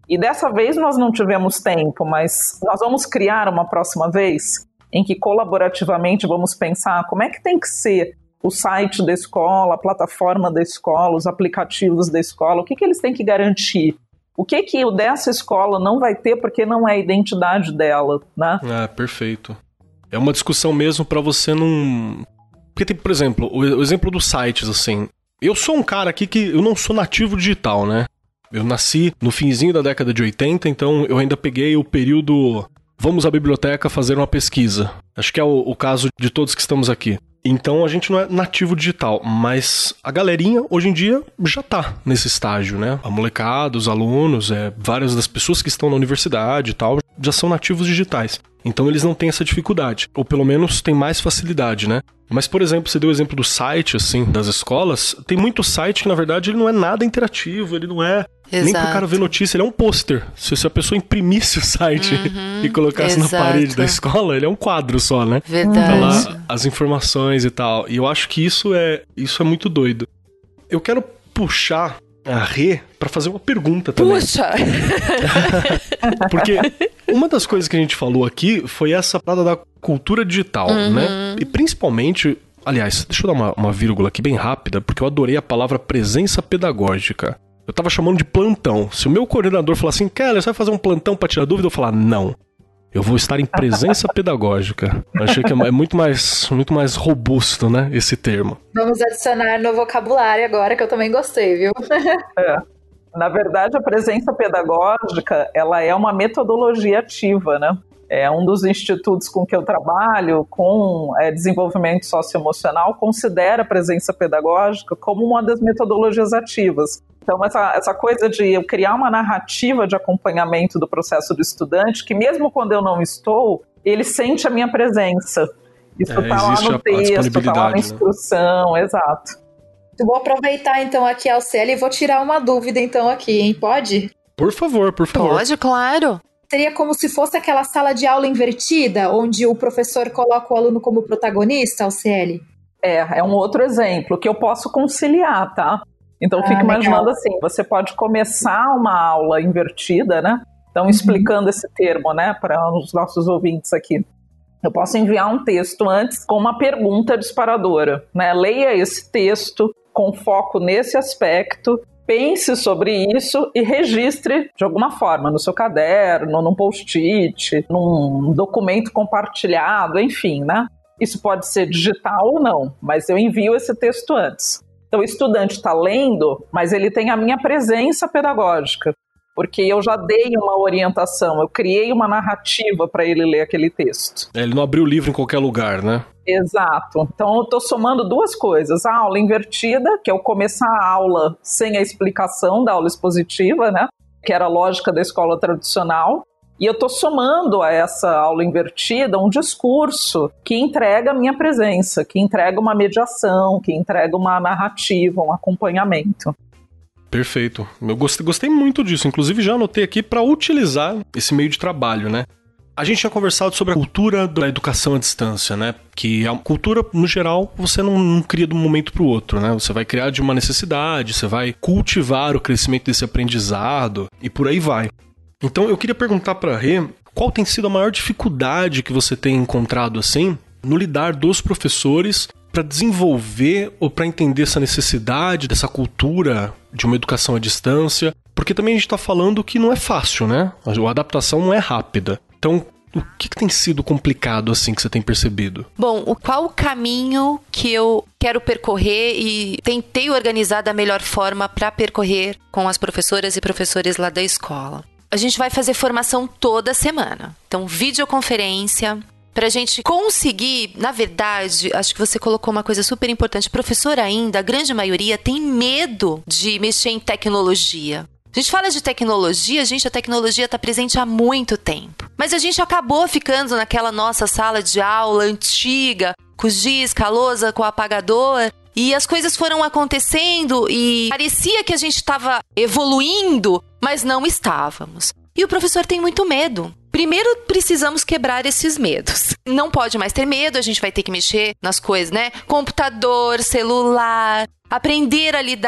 E dessa vez nós não tivemos tempo, mas nós vamos criar uma próxima vez em que colaborativamente vamos pensar como é que tem que ser o site da escola, a plataforma da escola, os aplicativos da escola, o que, que eles têm que garantir. O que que o dessa escola não vai ter porque não é a identidade dela, né? Ah, perfeito. É uma discussão mesmo pra você não... Porque tem, por exemplo, o, o exemplo dos sites, assim. Eu sou um cara aqui que eu não sou nativo digital, né? Eu nasci no finzinho da década de oitenta, então eu ainda peguei o período... Vamos à biblioteca fazer uma pesquisa. Acho que é o, o caso de todos que estamos aqui. Então a gente não é nativo digital, mas a galerinha hoje em dia já tá nesse estágio, né? A molecada, os alunos, é, várias das pessoas que estão na universidade e tal, já são nativos digitais. Então eles não têm essa dificuldade, ou pelo menos têm mais facilidade, né? Mas, por exemplo, você deu o exemplo do site, assim, das escolas. Tem muito site que, na verdade, ele não é nada interativo, ele não é... Exato. Nem pro cara ver notícia, ele é um pôster. Se, se a pessoa imprimisse o site uhum, e colocasse exato. Na parede da escola, ele é um quadro só, né? Verdade. Tá lá as informações e tal. E eu acho que isso é, isso é muito doido. Eu quero puxar a Rê pra fazer uma pergunta também. Puxa! Porque uma das coisas que a gente falou aqui foi essa parada da cultura digital, uhum. né? E principalmente... Aliás, deixa eu dar uma, uma vírgula aqui bem rápida, porque eu adorei a palavra presença pedagógica. Eu tava chamando de plantão. Se o meu coordenador falar assim, Keller, você vai fazer um plantão pra tirar dúvida? Eu falar, não. Eu vou estar em presença pedagógica. Eu achei que é muito mais, muito mais robusto, né, esse termo. Vamos adicionar no vocabulário agora, que eu também gostei, viu? É. Na verdade, a presença pedagógica, ela é uma metodologia ativa, né? É um dos institutos com que eu trabalho, com é, desenvolvimento socioemocional, considera a presença pedagógica como uma das metodologias ativas. Então, essa, essa coisa de eu criar uma narrativa de acompanhamento do processo do estudante, que mesmo quando eu não estou, ele sente a minha presença. Isso está é, lá no texto, está lá na instrução, né? Exato. Vou aproveitar, então, aqui a Alcélia e vou tirar uma dúvida, então, aqui, hein? Pode? Por favor, por favor. Pode, claro. Seria como se fosse aquela sala de aula invertida, onde o professor coloca o aluno como protagonista, Alcélia? É, é um outro exemplo que eu posso conciliar, tá? Então, ah, fica imaginando legal. Assim, você pode começar uma aula invertida, né? Então, uhum. explicando esse termo, né, para os nossos ouvintes aqui. Eu posso enviar um texto antes com uma pergunta disparadora, né? Leia esse texto com foco nesse aspecto, pense sobre isso e registre de alguma forma no seu caderno, num post-it, num documento compartilhado, enfim, né? Isso pode ser digital ou não, mas eu envio esse texto antes. Então o estudante está lendo, mas ele tem a minha presença pedagógica, porque eu já dei uma orientação, eu criei uma narrativa para ele ler aquele texto. É, ele não abriu o livro em qualquer lugar, né? Exato. Então eu estou somando duas coisas. A aula invertida, que é o começar a aula sem a explicação da aula expositiva, né? Que era a lógica da escola tradicional. E eu estou somando a essa aula invertida um discurso que entrega a minha presença, que entrega uma mediação, que entrega uma narrativa, um acompanhamento. Perfeito. Eu gostei, gostei muito disso. Inclusive já anotei aqui para utilizar esse meio de trabalho, né? A gente tinha conversado sobre a cultura da educação à distância, né? Que a cultura, no geral, você não, não cria de um momento para o outro, né? Você vai criar de uma necessidade, você vai cultivar o crescimento desse aprendizado e por aí vai. Então eu queria perguntar para a Rê, qual tem sido a maior dificuldade que você tem encontrado, assim, no lidar dos professores para desenvolver ou para entender essa necessidade dessa cultura de uma educação à distância? Porque também a gente está falando que não é fácil, né? A adaptação não é rápida. Então, o que, que tem sido complicado, assim, que você tem percebido? Bom, o, qual o caminho que eu quero percorrer e tentei organizar da melhor forma para percorrer com as professoras e professores lá da escola? A gente vai fazer formação toda semana. Então, videoconferência, para a gente conseguir, na verdade, acho que você colocou uma coisa super importante. Professor ainda, a grande maioria, tem medo de mexer em tecnologia. A gente fala de tecnologia, gente, a tecnologia está presente há muito tempo. Mas a gente acabou ficando naquela nossa sala de aula antiga, com giz, com a lousa, com o apagador. E as coisas foram acontecendo e parecia que a gente estava evoluindo, mas não estávamos. E o professor tem muito medo. Primeiro, precisamos quebrar esses medos. Não pode mais ter medo, a gente vai ter que mexer nas coisas, né? Computador, celular, aprender a lidar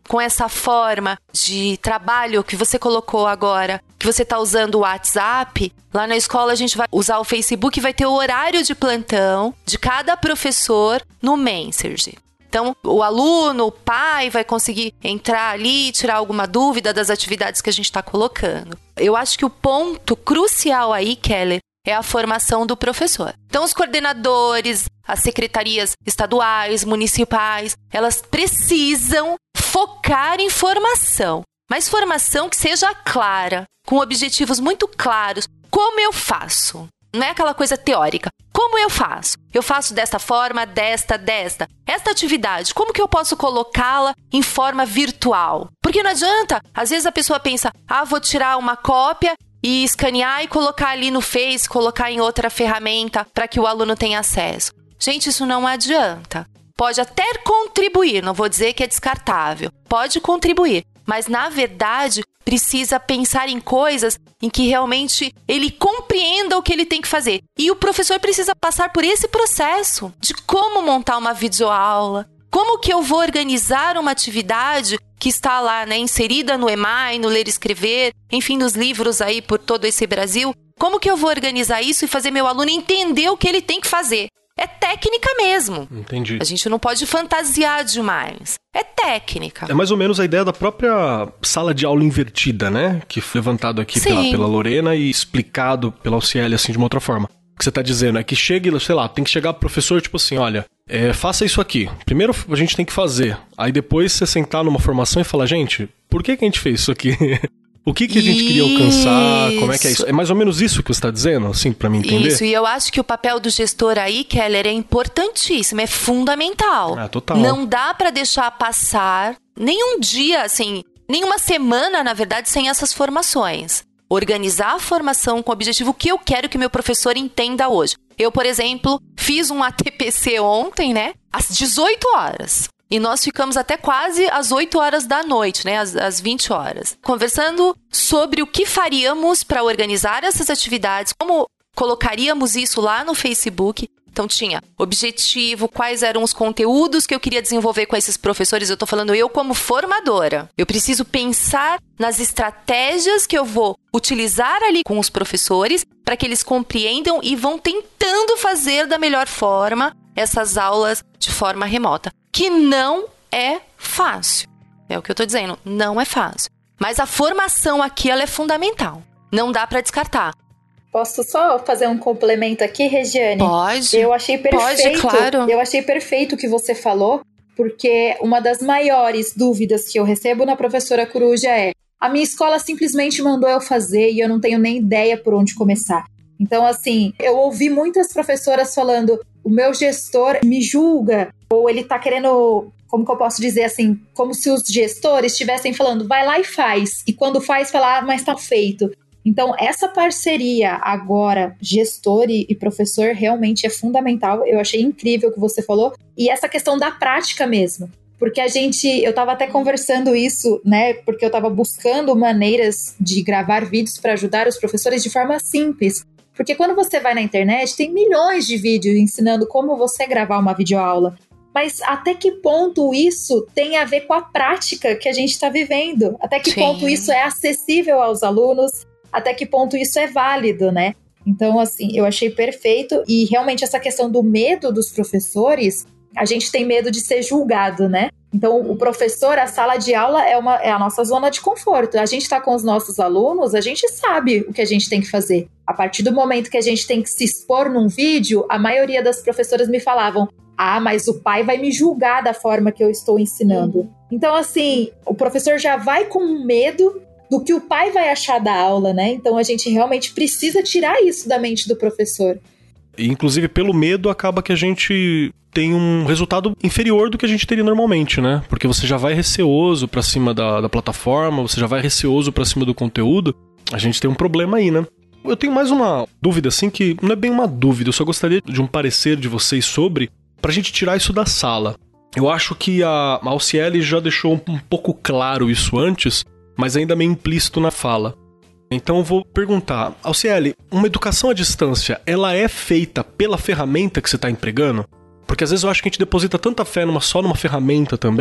com essa forma de trabalho que você colocou agora, que você está usando o WhatsApp, lá na escola a gente vai usar o Facebook e vai ter o horário de plantão de cada professor no Messenger. Então, o aluno, o pai vai conseguir entrar ali e tirar alguma dúvida das atividades que a gente está colocando. Eu acho que o ponto crucial aí, Keller, é a formação do professor. Então, os coordenadores, as secretarias estaduais, municipais, elas precisam focar em formação. Mas formação que seja clara, com objetivos muito claros. Como eu faço? Não é aquela coisa teórica. Como eu faço? Eu faço desta forma, desta, desta. Esta atividade, como que eu posso colocá-la em forma virtual? Porque não adianta, às vezes a pessoa pensa, ah, vou tirar uma cópia e escanear e colocar ali no Face, colocar em outra ferramenta para que o aluno tenha acesso. Gente, isso não adianta. Pode até contribuir, não vou dizer que é descartável. Pode contribuir, mas na verdade precisa pensar em coisas em que realmente ele compreenda o que ele tem que fazer. E o professor precisa passar por esse processo de como montar uma videoaula, como que eu vou organizar uma atividade que está lá, né, inserida no E M A I, no Ler e Escrever, enfim, nos livros aí por todo esse Brasil. Como que eu vou organizar isso e fazer meu aluno entender o que ele tem que fazer? É técnica mesmo. Entendi. A gente não pode fantasiar demais. É técnica. É mais ou menos a ideia da própria sala de aula invertida, né? Que foi levantado aqui pela, pela Lorena e explicado pela Alciele, assim, de uma outra forma. O que você tá dizendo é que chegue, sei lá, tem que chegar o professor, tipo assim, olha, é, faça isso aqui. Primeiro a gente tem que fazer. Aí depois você sentar numa formação e falar, gente, por que que a gente fez isso aqui? O que que a gente isso. queria alcançar? Como é que é isso? É mais ou menos isso que você está dizendo, assim, para mim entender? Isso, e eu acho que o papel do gestor aí, Keller, é importantíssimo, é fundamental. Ah, total. Não dá para deixar passar nenhum dia, assim, nenhuma semana, na verdade, sem essas formações. Organizar a formação com o objetivo que eu quero que meu professor entenda hoje. Eu, por exemplo, fiz um A T P C ontem, né, às dezoito horas. E nós ficamos até quase às oito horas da noite, né? Às, às vinte horas. Conversando sobre o que faríamos para organizar essas atividades, como colocaríamos isso lá no Facebook. Então tinha objetivo, quais eram os conteúdos que eu queria desenvolver com esses professores. Eu tô falando eu como formadora. Eu preciso pensar nas estratégias que eu vou utilizar ali com os professores para que eles compreendam e vão tentando fazer da melhor forma essas aulas de forma remota. Que não é fácil. É o que eu tô dizendo, não é fácil. Mas a formação aqui, ela é fundamental. Não dá para descartar. Posso só fazer um complemento aqui, Regiane? Pode. Eu achei perfeito. Pode, claro. Eu achei perfeito o que você falou, porque uma das maiores dúvidas que eu recebo na professora Coruja é: a minha escola simplesmente mandou eu fazer e eu não tenho nem ideia por onde começar. Então, assim, eu ouvi muitas professoras falando: o meu gestor me julga, ou ele tá querendo, como que eu posso dizer assim, como se os gestores estivessem falando, vai lá e faz, e quando faz, fala, ah, mas tá feito. Então, essa parceria agora, gestor e, e professor, realmente é fundamental. Eu achei incrível o que você falou, e essa questão da prática mesmo, porque a gente, eu tava até conversando isso, né, porque eu tava buscando maneiras de gravar vídeos para ajudar os professores de forma simples. Porque quando você vai na internet, tem milhões de vídeos ensinando como você gravar uma videoaula. Mas até que ponto isso tem a ver com a prática que a gente está vivendo? Até que Sim. ponto isso é acessível aos alunos? Até que ponto isso é válido, né? Então, assim, eu achei perfeito. E realmente essa questão do medo dos professores, a gente tem medo de ser julgado, né? Então, o professor, a sala de aula é, uma, é a nossa zona de conforto. A gente está com os nossos alunos, a gente sabe o que a gente tem que fazer. A partir do momento que a gente tem que se expor num vídeo, a maioria das professoras me falavam: ah, mas o pai vai me julgar da forma que eu estou ensinando. Então, assim, o professor já vai com medo do que o pai vai achar da aula, né? Então, a gente realmente precisa tirar isso da mente do professor. E, inclusive, pelo medo, acaba que a gente tem um resultado inferior do que a gente teria normalmente, né? Porque você já vai receoso pra cima da, da plataforma, você já vai receoso pra cima do conteúdo. A gente tem um problema aí, né? Eu tenho mais uma dúvida, assim, que não é bem uma dúvida, eu só gostaria de um parecer de vocês sobre, pra gente tirar isso da sala. Eu acho que a Alciele já deixou um, um pouco claro isso antes, mas ainda meio implícito na fala. Então eu vou perguntar, Alciele, uma educação à distância, ela é feita pela ferramenta que você está empregando? Porque às vezes eu acho que a gente deposita tanta fé numa, só numa ferramenta também,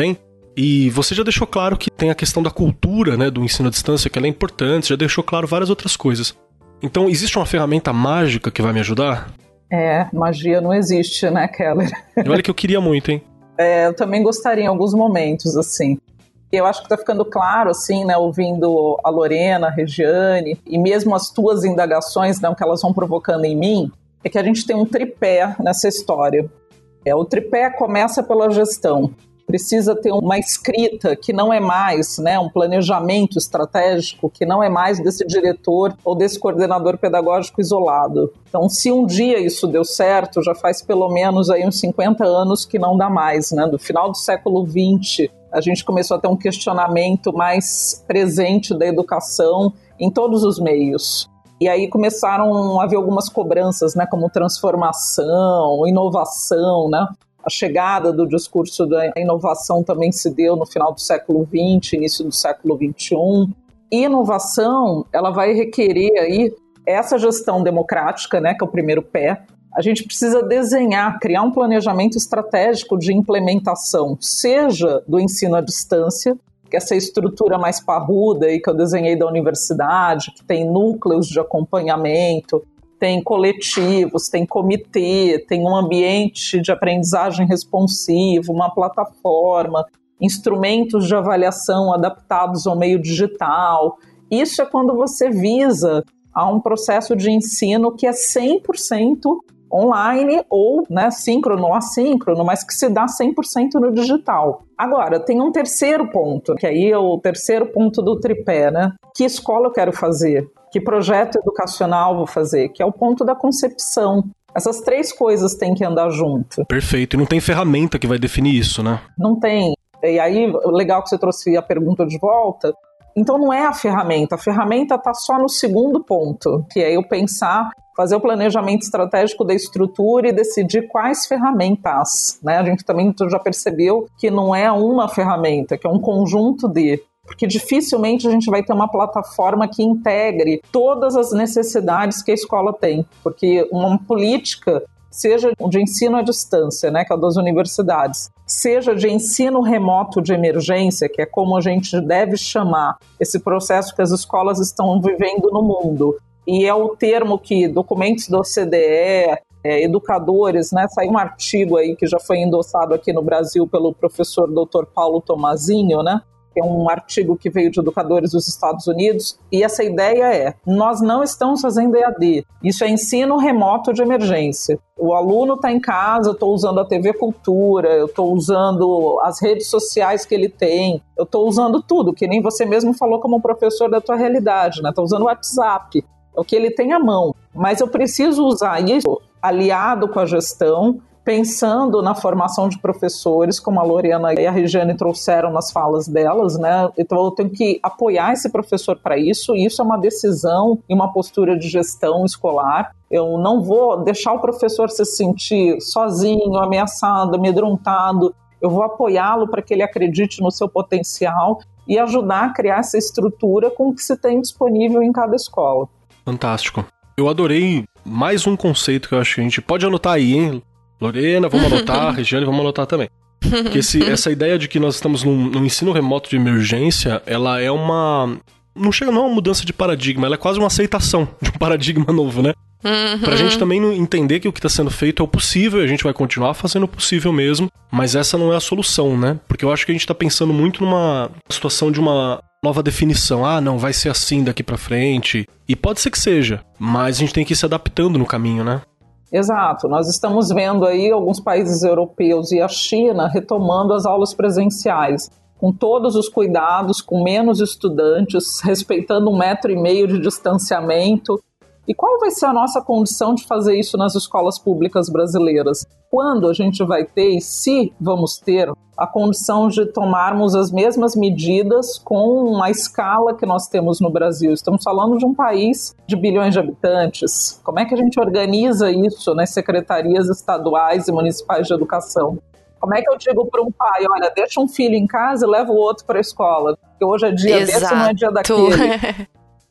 E você já deixou claro que tem a questão da cultura, né, do ensino à distância, que ela é importante, já deixou claro várias outras coisas. Então, existe uma ferramenta mágica que vai me ajudar? É, magia não existe, né, Keller? E olha que eu queria muito, hein? É, eu também gostaria em alguns momentos, assim. Eu acho que tá ficando claro, assim, né, ouvindo a Lorena, a Regiane, e mesmo as tuas indagações, né, o que elas vão provocando em mim, é que a gente tem um tripé nessa história. É, o tripé começa pela gestão. Precisa ter uma escrita que não é mais, né, um planejamento estratégico, que não é mais desse diretor ou desse coordenador pedagógico isolado. Então, se um dia isso deu certo, já faz pelo menos aí uns cinquenta anos que não dá mais, né? No final do século vinte, a gente começou a ter um questionamento mais presente da educação em todos os meios. E aí começaram a haver algumas cobranças, né, como transformação, inovação, né? A chegada do discurso da inovação também se deu no final do século vinte, início do século vinte e um. E inovação, ela vai requerer aí essa gestão democrática, né, que é o primeiro pé. A gente precisa desenhar, criar um planejamento estratégico de implementação, seja do ensino à distância, que é essa estrutura mais parruda aí que eu desenhei da universidade, que tem núcleos de acompanhamento, tem coletivos, tem comitê, tem um ambiente de aprendizagem responsivo, uma plataforma, instrumentos de avaliação adaptados ao meio digital. Isso é quando você visa a um processo de ensino que é cem por cento online ou, né, síncrono ou assíncrono, mas que se dá cem por cento no digital. Agora, tem um terceiro ponto, que aí é o terceiro ponto do tripé, né? Que escola eu quero fazer? Que projeto educacional vou fazer? Que é o ponto da concepção. Essas três coisas têm que andar junto. Perfeito. E não tem ferramenta que vai definir isso, né? Não tem. E aí, legal que você trouxe a pergunta de volta. Então não é a ferramenta. A ferramenta está só no segundo ponto, que é eu pensar, fazer o planejamento estratégico da estrutura e decidir quais ferramentas, né? A gente também já percebeu que não é uma ferramenta, que é um conjunto de... Porque dificilmente a gente vai ter uma plataforma que integre todas as necessidades que a escola tem. Porque uma política, seja de ensino à distância, né, que é das universidades, seja de ensino remoto de emergência, que é como a gente deve chamar esse processo que as escolas estão vivendo no mundo. E é o termo que documentos da O C D E, é, educadores, né, saiu um artigo aí que já foi endossado aqui no Brasil pelo professor doutor Paulo Tomazinho, né, que é um artigo que veio de educadores dos Estados Unidos, e essa ideia é, nós não estamos fazendo E A D, isso é ensino remoto de emergência. O aluno está em casa, eu estou usando a T V Cultura, eu estou usando as redes sociais que ele tem, eu estou usando tudo, que nem você mesmo falou como professor da tua realidade, né? Estou usando o WhatsApp, é o que ele tem à mão, mas eu preciso usar isso aliado com a gestão, pensando na formação de professores, como a Lorena e a Regiane trouxeram nas falas delas, né? Então eu tenho que apoiar esse professor para isso, e isso é uma decisão e uma postura de gestão escolar. Eu não vou deixar o professor se sentir sozinho, ameaçado, amedrontado. Eu vou apoiá-lo para que ele acredite no seu potencial e ajudar a criar essa estrutura com o que se tem disponível em cada escola. Fantástico. Eu adorei mais um conceito que eu acho que a gente pode anotar aí, hein? Lorena, vamos anotar, Regiane, vamos anotar também. Porque esse, essa ideia de que nós estamos num, num ensino remoto de emergência, ela é uma... Não chega não a uma mudança de paradigma, ela é quase uma aceitação de um paradigma novo, né? Uhum. Pra gente também entender que o que está sendo feito é o possível, e a gente vai continuar fazendo o possível mesmo, mas essa não é a solução, né? Porque eu acho que a gente tá pensando muito numa situação de uma nova definição. Ah, não, vai ser assim daqui pra frente. E pode ser que seja, mas a gente tem que ir se adaptando no caminho, né? Exato, nós estamos vendo aí alguns países europeus e a China retomando as aulas presenciais, com todos os cuidados, com menos estudantes, respeitando um metro e meio de distanciamento. E qual vai ser a nossa condição de fazer isso nas escolas públicas brasileiras? Quando a gente vai ter, e se vamos ter, a condição de tomarmos as mesmas medidas com a escala que nós temos no Brasil? Estamos falando de um país de bilhões de habitantes. Como é que a gente organiza isso nas secretarias estaduais e municipais de educação? Como é que eu digo para um pai, olha, deixa um filho em casa e leva o outro para a escola? Porque hoje é dia Exato. desse, não é dia daquele.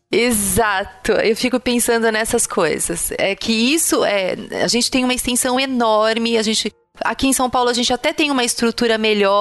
Exato, eu fico pensando nessas coisas. É que isso é. A gente tem uma extensão enorme, a gente. Aqui em São Paulo a gente até tem uma estrutura melhor,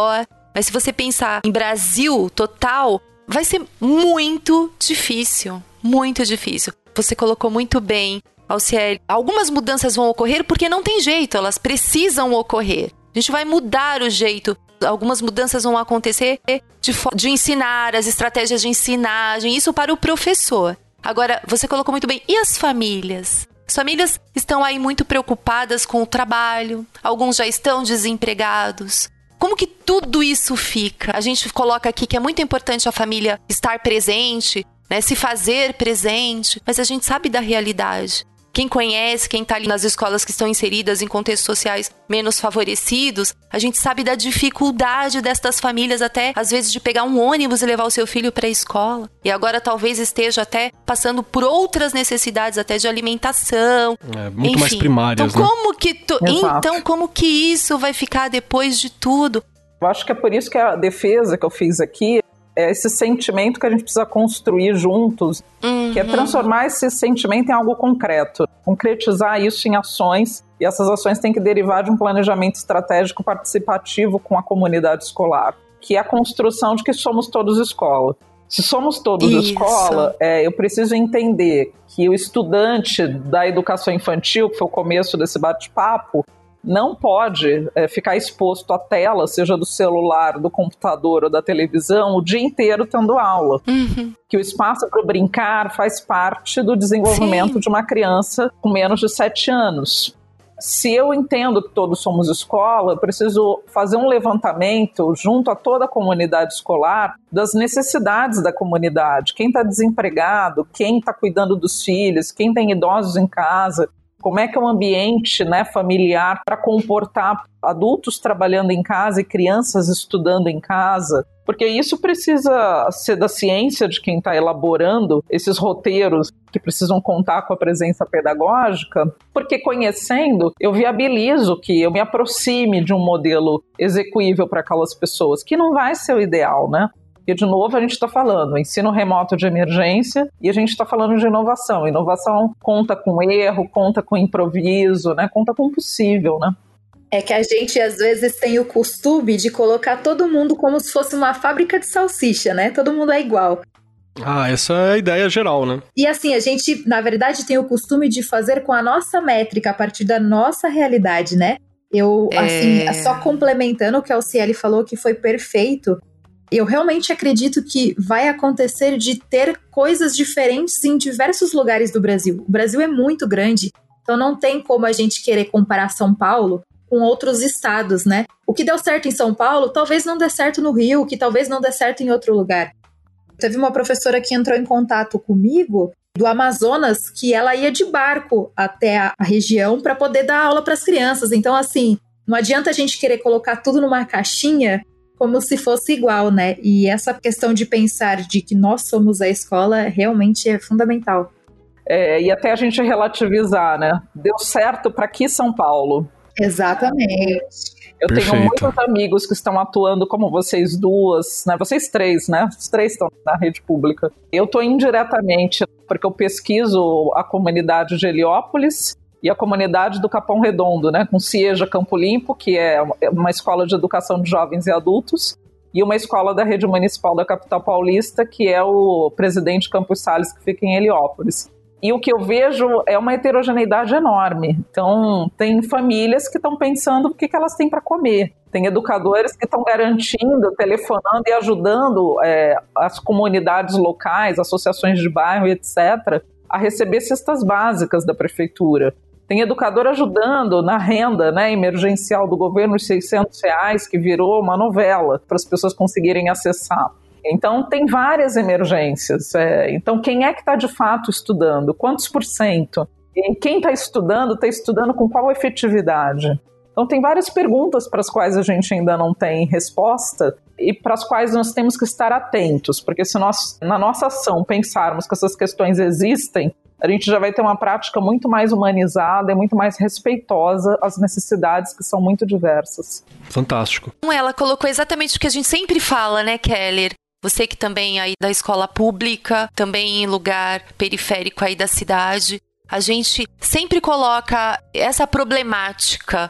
Mas se você pensar em Brasil total, vai ser muito difícil, muito difícil. Você colocou muito bem, Alciele, algumas mudanças vão ocorrer porque não tem jeito, elas precisam ocorrer. A gente vai mudar o jeito, algumas mudanças vão acontecer de, de ensinar, as estratégias de ensinagem, isso para o professor. Agora, você colocou muito bem, e as famílias? As famílias estão aí muito preocupadas com o trabalho, alguns já estão desempregados. Como que tudo isso fica? A gente coloca aqui que é muito importante a família estar presente, né, se fazer presente, mas a gente sabe da realidade. Quem conhece, quem está ali nas escolas que estão inseridas em contextos sociais menos favorecidos, a gente sabe da dificuldade destas famílias até, às vezes, de pegar um ônibus e levar o seu filho para a escola. E agora talvez esteja até passando por outras necessidades, até de alimentação. É, muito enfim. mais primárias, então, né? como que tu... então, como que isso vai ficar depois de tudo? Eu acho que é por isso que a defesa que eu fiz aqui é esse sentimento que a gente precisa construir juntos, uhum. que é transformar esse sentimento em algo concreto, concretizar isso em ações, e essas ações têm que derivar de um planejamento estratégico participativo com a comunidade escolar, que é a construção de que somos todos escola. Se somos todos isso. escola, é, eu preciso entender que o estudante da educação infantil, que foi o começo desse bate-papo, não pode é, ficar exposto à tela, seja do celular, do computador ou da televisão, o dia inteiro tendo aula. Uhum. Que o espaço para brincar faz parte do desenvolvimento Sim. de uma criança com menos de sete anos. Se eu entendo que todos somos escola, eu preciso fazer um levantamento junto a toda a comunidade escolar das necessidades da comunidade. Quem está desempregado, quem está cuidando dos filhos, quem tem idosos em casa. Como é que é o ambiente, né, familiar para comportar adultos trabalhando em casa e crianças estudando em casa? Porque isso precisa ser da ciência de quem está elaborando esses roteiros que precisam contar com a presença pedagógica, porque conhecendo, eu viabilizo que eu me aproxime de um modelo execuível para aquelas pessoas, que não vai ser o ideal, né? Porque, de novo, a gente está falando ensino remoto de emergência e a gente está falando de inovação. Inovação conta com erro, conta com improviso, né? Conta com o possível, né? É que a gente, às vezes, tem o costume de colocar todo mundo como se fosse uma fábrica de salsicha, né? Todo mundo é igual. Ah, essa é a ideia geral, né? E assim, a gente, na verdade, tem o costume de fazer com a nossa métrica, a partir da nossa realidade, né? Eu, é... assim, só complementando o que a Alciele falou, que foi perfeito, eu realmente acredito que vai acontecer de ter coisas diferentes em diversos lugares do Brasil. O Brasil é muito grande, então não tem como a gente querer comparar São Paulo com outros estados, né? O que deu certo em São Paulo, talvez não dê certo no Rio, que talvez não dê certo em outro lugar. Teve uma professora que entrou em contato comigo do Amazonas, que ela ia de barco até a região para poder dar aula para as crianças. Então, assim, não adianta a gente querer colocar tudo numa caixinha como se fosse igual, né? E essa questão de pensar de que nós somos a escola realmente é fundamental. É, e até a gente relativizar, né? Deu certo para aqui São Paulo. Exatamente. Eu Perfeito. Tenho muitos amigos que estão atuando como vocês duas, né? Vocês três, né? Os três estão na rede pública. Eu estou indiretamente, porque eu pesquiso a comunidade de Heliópolis e a comunidade do Capão Redondo, né, com CIEJA Campo Limpo, que é uma escola de educação de jovens e adultos, e uma escola da rede municipal da capital paulista, que é o Presidente Campos Salles, que fica em Heliópolis. E o que eu vejo é uma heterogeneidade enorme. Então, tem famílias que estão pensando o que, que elas têm para comer. Tem educadores que estão garantindo, telefonando e ajudando é, as comunidades locais, associações de bairro, etcétera, a receber cestas básicas da prefeitura. Tem educador ajudando na renda, né, emergencial do governo, os seiscentos reais, que virou uma novela para as pessoas conseguirem acessar. Então, tem várias emergências. É, então, quem é que está de fato estudando? Quantos por cento? E quem está estudando, está estudando com qual efetividade? Então, tem várias perguntas para as quais a gente ainda não tem resposta e para as quais nós temos que estar atentos, porque se nós, na nossa ação, pensarmos que essas questões existem, a gente já vai ter uma prática muito mais humanizada e muito mais respeitosa às necessidades que são muito diversas. Fantástico. Ela colocou exatamente o que a gente sempre fala, né, Keller? Você que também é aí da escola pública, também em lugar periférico aí da cidade, a gente sempre coloca essa problemática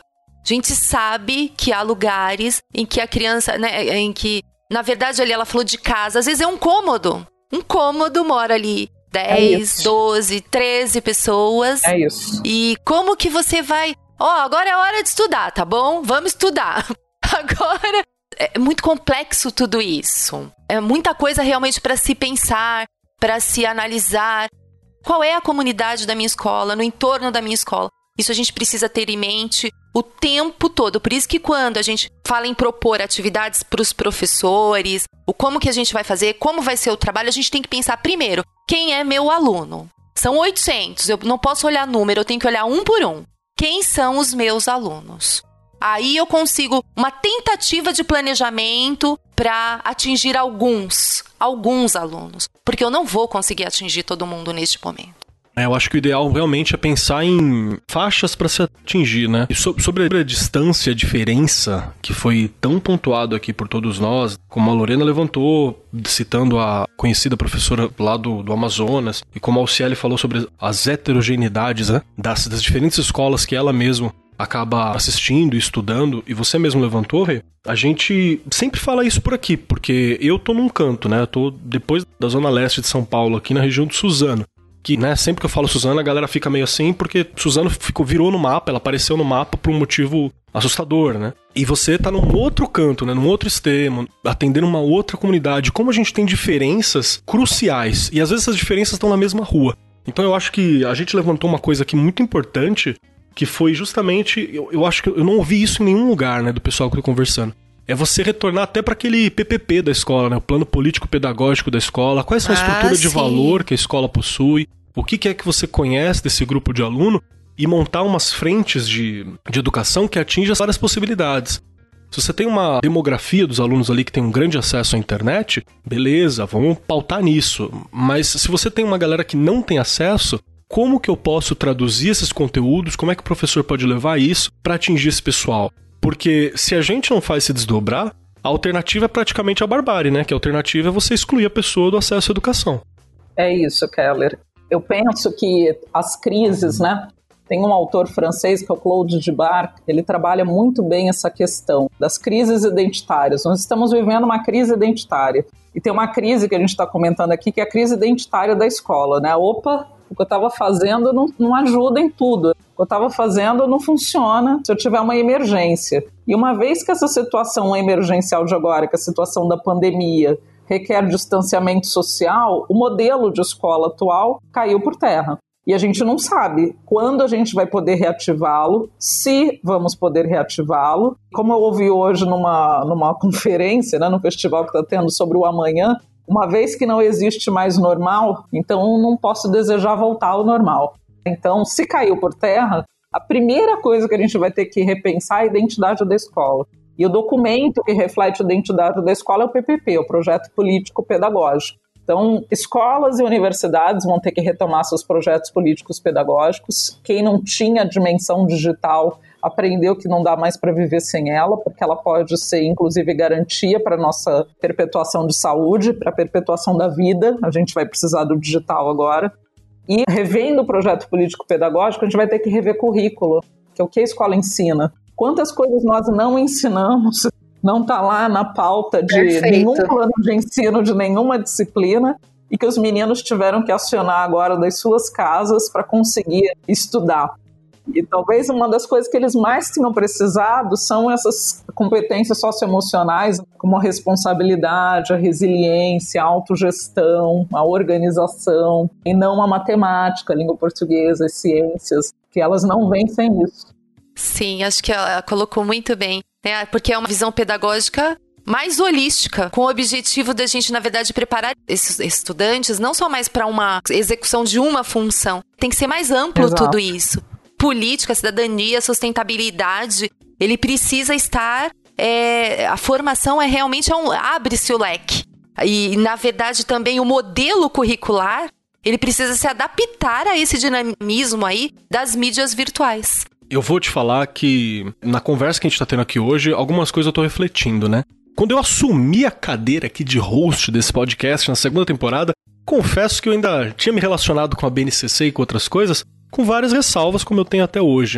A gente sabe que há lugares em que a criança, né, em que, na verdade, ali ela falou de casa, às vezes é um cômodo. Um cômodo mora ali dez, doze, treze pessoas. É isso. E como que você vai... Ó, oh, agora é hora de estudar, tá bom? Vamos estudar. Agora, é muito complexo tudo isso. É muita coisa realmente para se pensar, para se analisar. Qual é a comunidade da minha escola, no entorno da minha escola? Isso a gente precisa ter em mente o tempo todo. Por isso que quando a gente fala em propor atividades para os professores, o como que a gente vai fazer, como vai ser o trabalho, a gente tem que pensar primeiro, quem é meu aluno? São oitocentos, eu não posso olhar número, eu tenho que olhar um por um. Quem são os meus alunos? Aí eu consigo uma tentativa de planejamento para atingir alguns, alguns alunos. Porque eu não vou conseguir atingir todo mundo neste momento. É, eu acho que o ideal realmente é pensar em faixas para se atingir, né? E so- sobre a distância, a diferença, que foi tão pontuado aqui por todos nós, como a Lorena levantou, citando a conhecida professora lá do, do Amazonas, e como a Alciele falou sobre as heterogeneidades, né? das, das diferentes escolas que ela mesma acaba assistindo e estudando, e você mesmo levantou, Rê, a gente sempre fala isso por aqui, porque eu tô num canto, né? Eu tô depois da zona leste de São Paulo, aqui na região de Suzano. Que, né, sempre que eu falo Suzano, a galera fica meio assim, porque Suzano ficou, virou no mapa, ela apareceu no mapa por um motivo assustador, né? E você tá num outro canto, né, num outro extremo, atendendo uma outra comunidade. Como a gente tem diferenças cruciais, e às vezes essas diferenças estão na mesma rua. Então eu acho que a gente levantou uma coisa aqui muito importante, que foi justamente, eu, eu acho que eu não ouvi isso em nenhum lugar, né, do pessoal que eu tô conversando. É você retornar até para aquele P P P da escola, né? O plano político-pedagógico da escola. Quais são a estrutura ah, de valor que a escola possui? O que, que é que você conhece desse grupo de aluno? E montar umas frentes de, de educação que atinjam várias possibilidades. Se você tem uma demografia dos alunos ali que tem um grande acesso à internet, beleza, vamos pautar nisso. Mas se você tem uma galera que não tem acesso, como que eu posso traduzir esses conteúdos? Como é que o professor pode levar isso para atingir esse pessoal? Porque se a gente não faz se desdobrar, a alternativa é praticamente a barbárie, né? Que a alternativa é você excluir a pessoa do acesso à educação. É isso, Keller. Eu penso que as crises, né? Tem um autor francês que é o Claude Dibart, ele trabalha muito bem essa questão das crises identitárias. Nós estamos vivendo uma crise identitária. E tem uma crise que a gente está comentando aqui, que é a crise identitária da escola, né? Opa, o que eu estava fazendo não, não ajuda em tudo. O que eu estava fazendo não funciona se eu tiver uma emergência. E uma vez que essa situação emergencial de agora, que é a situação da pandemia, requer distanciamento social, o modelo de escola atual caiu por terra. E a gente não sabe quando a gente vai poder reativá-lo, se vamos poder reativá-lo. Como eu ouvi hoje numa, numa conferência, né, no festival que está tendo sobre o amanhã, uma vez que não existe mais normal, então não posso desejar voltar ao normal. Então, se caiu por terra, a primeira coisa que a gente vai ter que repensar é a identidade da escola. E o documento que reflete a identidade da escola é o P P P, o Projeto Político Pedagógico. Então, escolas e universidades vão ter que retomar seus projetos políticos pedagógicos. Quem não tinha dimensão digital aprendeu que não dá mais para viver sem ela, porque ela pode ser, inclusive, garantia para a nossa perpetuação de saúde, para a perpetuação da vida. A gente vai precisar do digital agora. E, revendo o projeto político pedagógico, a gente vai ter que rever currículo, que é o que a escola ensina. Quantas coisas nós não ensinamos, não está lá na pauta de Perfeito. Nenhum plano de ensino, de nenhuma disciplina, e que os meninos tiveram que acionar agora das suas casas para conseguir estudar. E talvez uma das coisas que eles mais tenham precisado são essas competências socioemocionais, como a responsabilidade, a resiliência, a autogestão, a organização, e não a matemática, a língua portuguesa, as ciências, que elas não vêm sem isso. Sim, acho que ela colocou muito bem, né? Porque é uma visão pedagógica mais holística, com o objetivo da gente, na verdade, preparar esses estudantes não só mais para uma execução de uma função, tem que ser mais amplo Exato. Tudo isso. Política, cidadania, sustentabilidade, ele precisa estar, é, a formação é realmente, é um, abre-se o leque. E, na verdade, também o modelo curricular, ele precisa se adaptar a esse dinamismo aí das mídias virtuais. Eu vou te falar que, na conversa que a gente tá tendo aqui hoje, algumas coisas eu tô refletindo, né? Quando eu assumi a cadeira aqui de host desse podcast na segunda temporada, confesso que eu ainda tinha me relacionado com a B N C C e com outras coisas, com várias ressalvas, como eu tenho até hoje, né?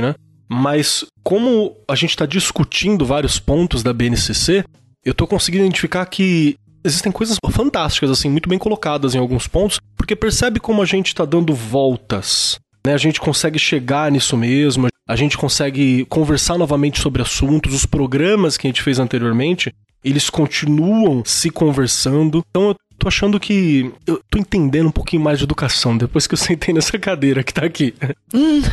Mas como a gente está discutindo vários pontos da B N C C, eu tô conseguindo identificar que existem coisas fantásticas, assim, muito bem colocadas em alguns pontos, porque percebe como a gente tá dando voltas, né? A gente consegue chegar nisso mesmo, a gente consegue conversar novamente sobre assuntos, os programas que a gente fez anteriormente, eles continuam se conversando. Então eu tô achando que eu tô entendendo um pouquinho mais de educação depois que eu sentei nessa cadeira que tá aqui. Hum,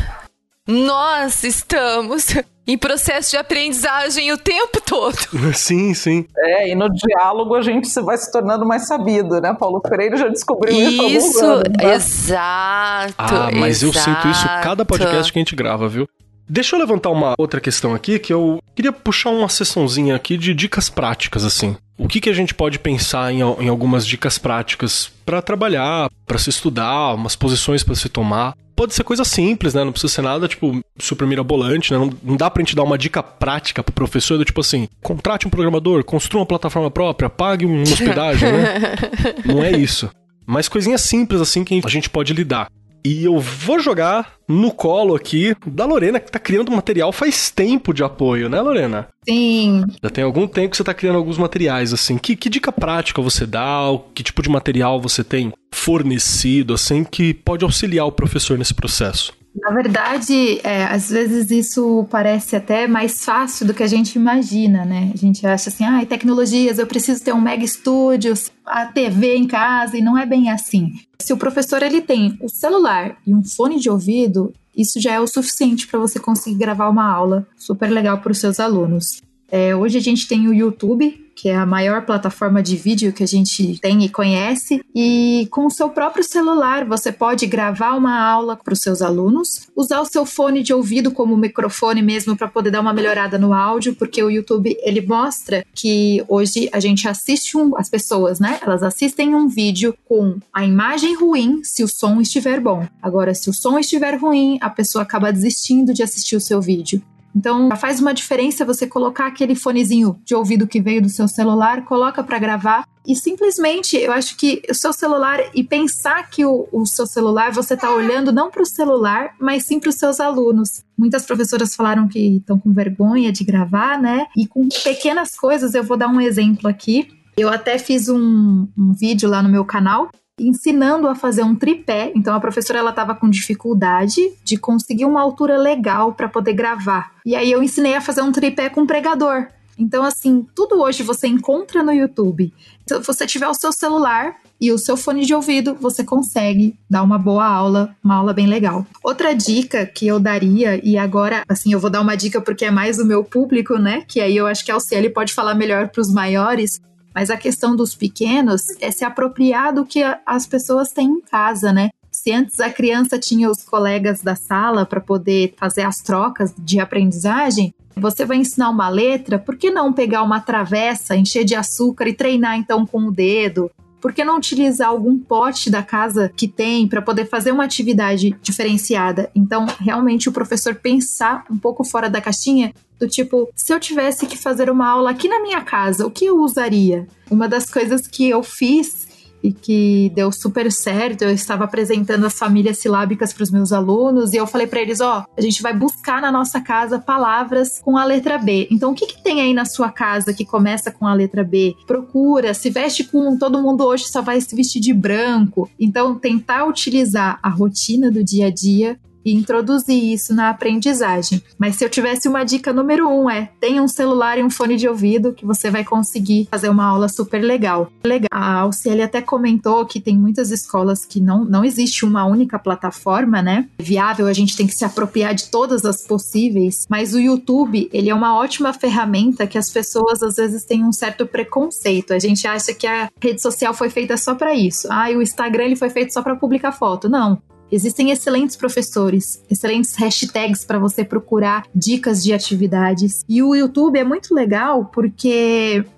nós estamos em processo de aprendizagem o tempo todo. Sim, sim. É, e no diálogo a gente se vai se tornando mais sabido, né? Paulo Freire já descobriu isso há alguns Isso, anos, né? exato. Ah, mas exato. eu sinto isso cada podcast que a gente grava, viu? Deixa eu levantar uma outra questão aqui, que eu queria puxar uma sessãozinha aqui de dicas práticas, assim. O que, que a gente pode pensar em, em algumas dicas práticas para trabalhar, para se estudar, umas posições para se tomar? Pode ser coisa simples, né? Não precisa ser nada, tipo, super mirabolante, né? Não, não dá pra gente dar uma dica prática pro professor do tipo assim, contrate um programador, construa uma plataforma própria, pague uma hospedagem, né? Não é isso. Mas coisinhas simples, assim, que a gente pode lidar. E eu vou jogar no colo aqui da Lorena, que tá criando material faz tempo de apoio, né, Lorena? Sim. Já tem algum tempo que você tá criando alguns materiais, assim. Que, que dica prática você dá? Que tipo de material você tem fornecido, assim, que pode auxiliar o professor nesse processo? Na verdade, é, às vezes isso parece até mais fácil do que a gente imagina, né? A gente acha assim, ah, tecnologias, eu preciso ter um mega estúdio, a T V em casa, e não é bem assim. Se o professor ele tem o celular e um fone de ouvido, isso já é o suficiente para você conseguir gravar uma aula super legal para os seus alunos. É, hoje a gente tem o YouTube, que é a maior plataforma de vídeo que a gente tem e conhece, e com o seu próprio celular você pode gravar uma aula para os seus alunos, usar o seu fone de ouvido como microfone mesmo para poder dar uma melhorada no áudio, porque o YouTube ele mostra que hoje a gente assiste um, as pessoas, né? Elas assistem um vídeo com a imagem ruim se o som estiver bom. Agora, se o som estiver ruim, a pessoa acaba desistindo de assistir o seu vídeo. Então, faz uma diferença você colocar aquele fonezinho de ouvido que veio do seu celular, coloca para gravar e simplesmente, eu acho que o seu celular, e pensar que o, o seu celular, você está olhando não para o celular, mas sim para os seus alunos. Muitas professoras falaram que estão com vergonha de gravar, né? E com pequenas coisas, eu vou dar um exemplo aqui. Eu até fiz um, um vídeo lá no meu canal, ensinando a fazer um tripé. Então a professora ela estava com dificuldade de conseguir uma altura legal para poder gravar. E aí eu ensinei a fazer um tripé com pregador. Então assim, tudo hoje você encontra no YouTube. Se você tiver o seu celular e o seu fone de ouvido, você consegue dar uma boa aula, uma aula bem legal. Outra dica que eu daria, e agora, assim, eu vou dar uma dica porque é mais o meu público, né? Que aí eu acho que a Alciele pode falar melhor para os maiores. Mas a questão dos pequenos é se apropriar do que as pessoas têm em casa, né? Se antes a criança tinha os colegas da sala para poder fazer as trocas de aprendizagem, você vai ensinar uma letra, por que não pegar uma travessa, encher de açúcar e treinar então com o dedo? Por que não utilizar algum pote da casa que tem para poder fazer uma atividade diferenciada? Então, realmente, o professor pensar um pouco fora da caixinha, do tipo, se eu tivesse que fazer uma aula aqui na minha casa, o que eu usaria? Uma das coisas que eu fiz e que deu super certo, eu estava apresentando as famílias silábicas para os meus alunos e eu falei para eles, ó, a gente vai buscar na nossa casa palavras com a letra B. Então, o que, que tem aí na sua casa que começa com a letra B? Procura, se veste com... Todo mundo hoje só vai se vestir de branco. Então, tentar utilizar a rotina do dia a dia e introduzir isso na aprendizagem. Mas se eu tivesse uma dica número um é, tenha um celular e um fone de ouvido que você vai conseguir fazer uma aula super legal. legal. A Alciele até comentou que tem muitas escolas que não, não existe uma única plataforma, né? Viável, a gente tem que se apropriar de todas as possíveis, mas o YouTube, ele é uma ótima ferramenta que as pessoas às vezes têm um certo preconceito. A gente acha que a rede social foi feita só para isso. Ah, e o Instagram ele foi feito só para publicar foto. Não. Existem excelentes professores, excelentes hashtags para você procurar dicas de atividades. E o YouTube é muito legal porque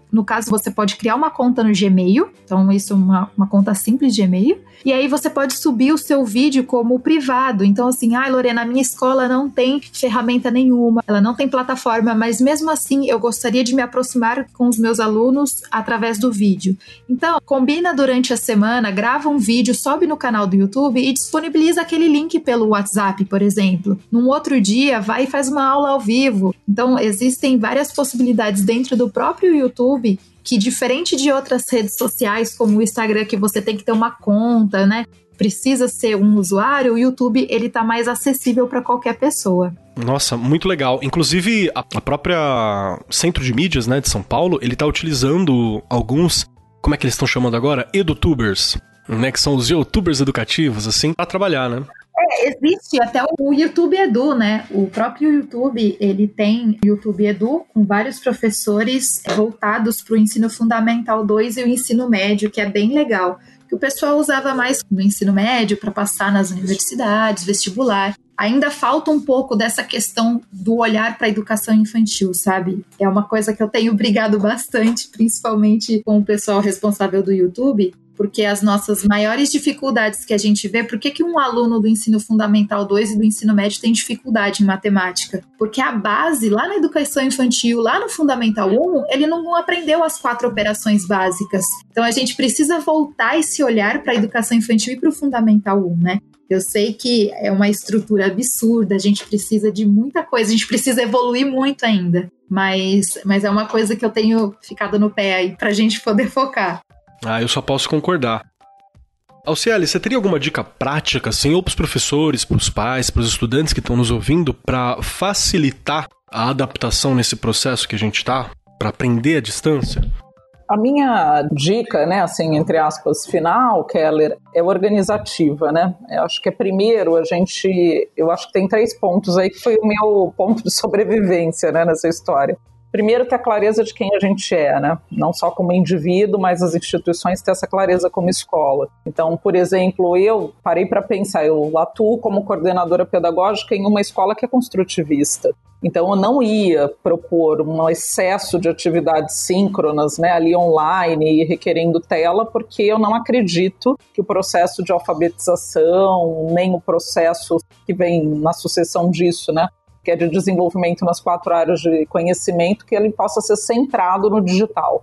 No caso, você pode criar uma conta no Gmail, então isso é uma, uma conta simples de e-mail, e aí você pode subir o seu vídeo como privado. Então assim, ai, Lorena, a minha escola não tem ferramenta nenhuma, ela não tem plataforma, mas mesmo assim eu gostaria de me aproximar com os meus alunos através do vídeo. Então, combina durante a semana, grava um vídeo, sobe no canal do YouTube e disponibiliza aquele link pelo WhatsApp, por exemplo. Num outro dia, vai e faz uma aula ao vivo. Então, existem várias possibilidades dentro do próprio YouTube que, diferente de outras redes sociais, como o Instagram, que você tem que ter uma conta, né? Precisa ser um usuário, o YouTube, ele tá mais acessível para qualquer pessoa. Nossa, muito legal. Inclusive, a, a própria Centro de Mídias, né, de São Paulo, ele tá utilizando alguns, como é que eles estão chamando agora? Edutubers, né, que são os youtubers educativos, assim, para trabalhar, né? É, existe até o YouTube Edu, né? O próprio YouTube, ele tem YouTube Edu com vários professores voltados para o ensino fundamental dois e o ensino médio, que é bem legal. Que o pessoal usava mais no ensino médio para passar nas universidades, vestibular. Ainda falta um pouco dessa questão do olhar para a educação infantil, sabe? É uma coisa que eu tenho brigado bastante, principalmente com o pessoal responsável do YouTube, porque as nossas maiores dificuldades que a gente vê, por que que um aluno do ensino fundamental dois e do ensino médio tem dificuldade em matemática? Porque a base, lá na educação infantil, lá no fundamental um, ele não aprendeu as quatro operações básicas. Então a gente precisa voltar esse olhar para a educação infantil e para o fundamental um, né? Eu sei que é uma estrutura absurda, a gente precisa de muita coisa, a gente precisa evoluir muito ainda, mas, mas é uma coisa que eu tenho ficado no pé aí pra gente poder focar. Ah, eu só posso concordar. Alciele, você teria alguma dica prática, assim, ou pros professores, pros pais, pros estudantes que estão nos ouvindo, para facilitar a adaptação nesse processo que a gente tá, para aprender à distância? A minha dica, né, assim, entre aspas, final, Keller, é organizativa, né? Eu acho que é primeiro a gente, eu acho que tem três pontos aí que foi o meu ponto de sobrevivência, né, nessa história. Primeiro, ter a clareza de quem a gente é, né? Não só como indivíduo, mas as instituições ter essa clareza como escola. Então, por exemplo, eu parei para pensar, eu atuo como coordenadora pedagógica em uma escola que é construtivista. Então, eu não ia propor um excesso de atividades síncronas, né, ali online e requerendo tela, porque eu não acredito que o processo de alfabetização, nem o processo que vem na sucessão disso, né, que é de desenvolvimento nas quatro áreas de conhecimento, que ele possa ser centrado no digital.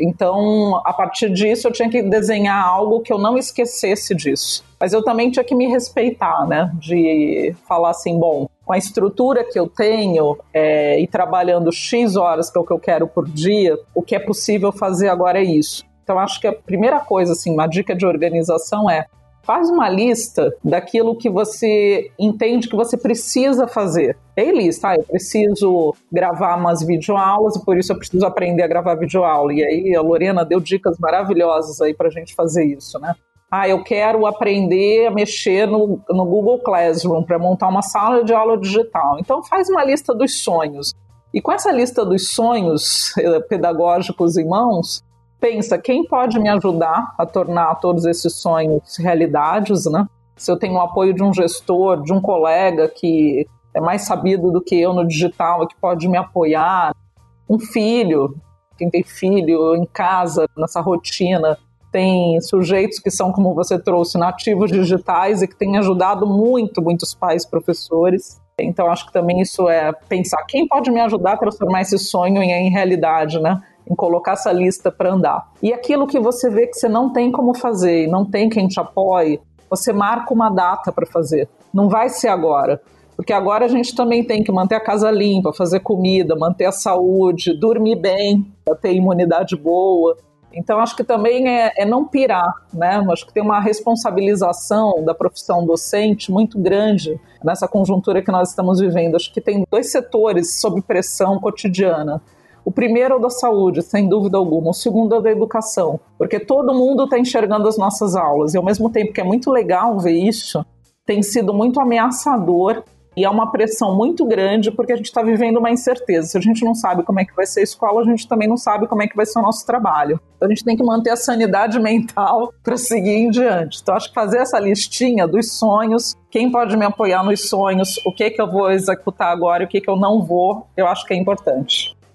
Então, a partir disso, eu tinha que desenhar algo que eu não esquecesse disso. Mas eu também tinha que me respeitar, né? De falar assim, bom, com a estrutura que eu tenho é, e trabalhando X horas, que é o que eu quero por dia, o que é possível fazer agora é isso. Então, acho que a primeira coisa, assim, uma dica de organização é faz uma lista daquilo que você entende que você precisa fazer. Tem lista, ah, eu preciso gravar umas videoaulas e por isso eu preciso aprender a gravar videoaula. E aí a Lorena deu dicas maravilhosas aí pra gente fazer isso, né? Ah, eu quero aprender a mexer no, no Google Classroom para montar uma sala de aula digital. Então faz uma lista dos sonhos. E com essa lista dos sonhos pedagógicos em mãos, pensa, quem pode me ajudar a tornar todos esses sonhos realidades, né? Se eu tenho o apoio de um gestor, de um colega que é mais sabido do que eu no digital, que pode me apoiar, um filho, quem tem filho em casa, nessa rotina, tem sujeitos que são, como você trouxe, nativos digitais e que têm ajudado muito, muitos pais, professores. Então, acho que também isso é pensar, quem pode me ajudar a transformar esse sonho em, em realidade, né? Em colocar essa lista para andar. E aquilo que você vê que você não tem como fazer e não tem quem te apoie, você marca uma data para fazer. Não vai ser agora. Porque agora a gente também tem que manter a casa limpa, fazer comida, manter a saúde, dormir bem, para ter imunidade boa. Então, acho que também é, é não pirar, né? Acho que tem uma responsabilização da profissão docente muito grande nessa conjuntura que nós estamos vivendo. Acho que tem dois setores sob pressão cotidiana. O primeiro é o da saúde, sem dúvida alguma. O segundo é o da educação, porque todo mundo está enxergando as nossas aulas. E ao mesmo tempo que é muito legal ver isso, tem sido muito ameaçador e é uma pressão muito grande porque a gente está vivendo uma incerteza. Se a gente não sabe como é que vai ser a escola, a gente também não sabe como é que vai ser o nosso trabalho. Então a gente tem que manter a sanidade mental para seguir em diante. Então acho que fazer essa listinha dos sonhos, quem pode me apoiar nos sonhos, o que, que eu vou executar agora e o que, que eu não vou, eu acho que é importante.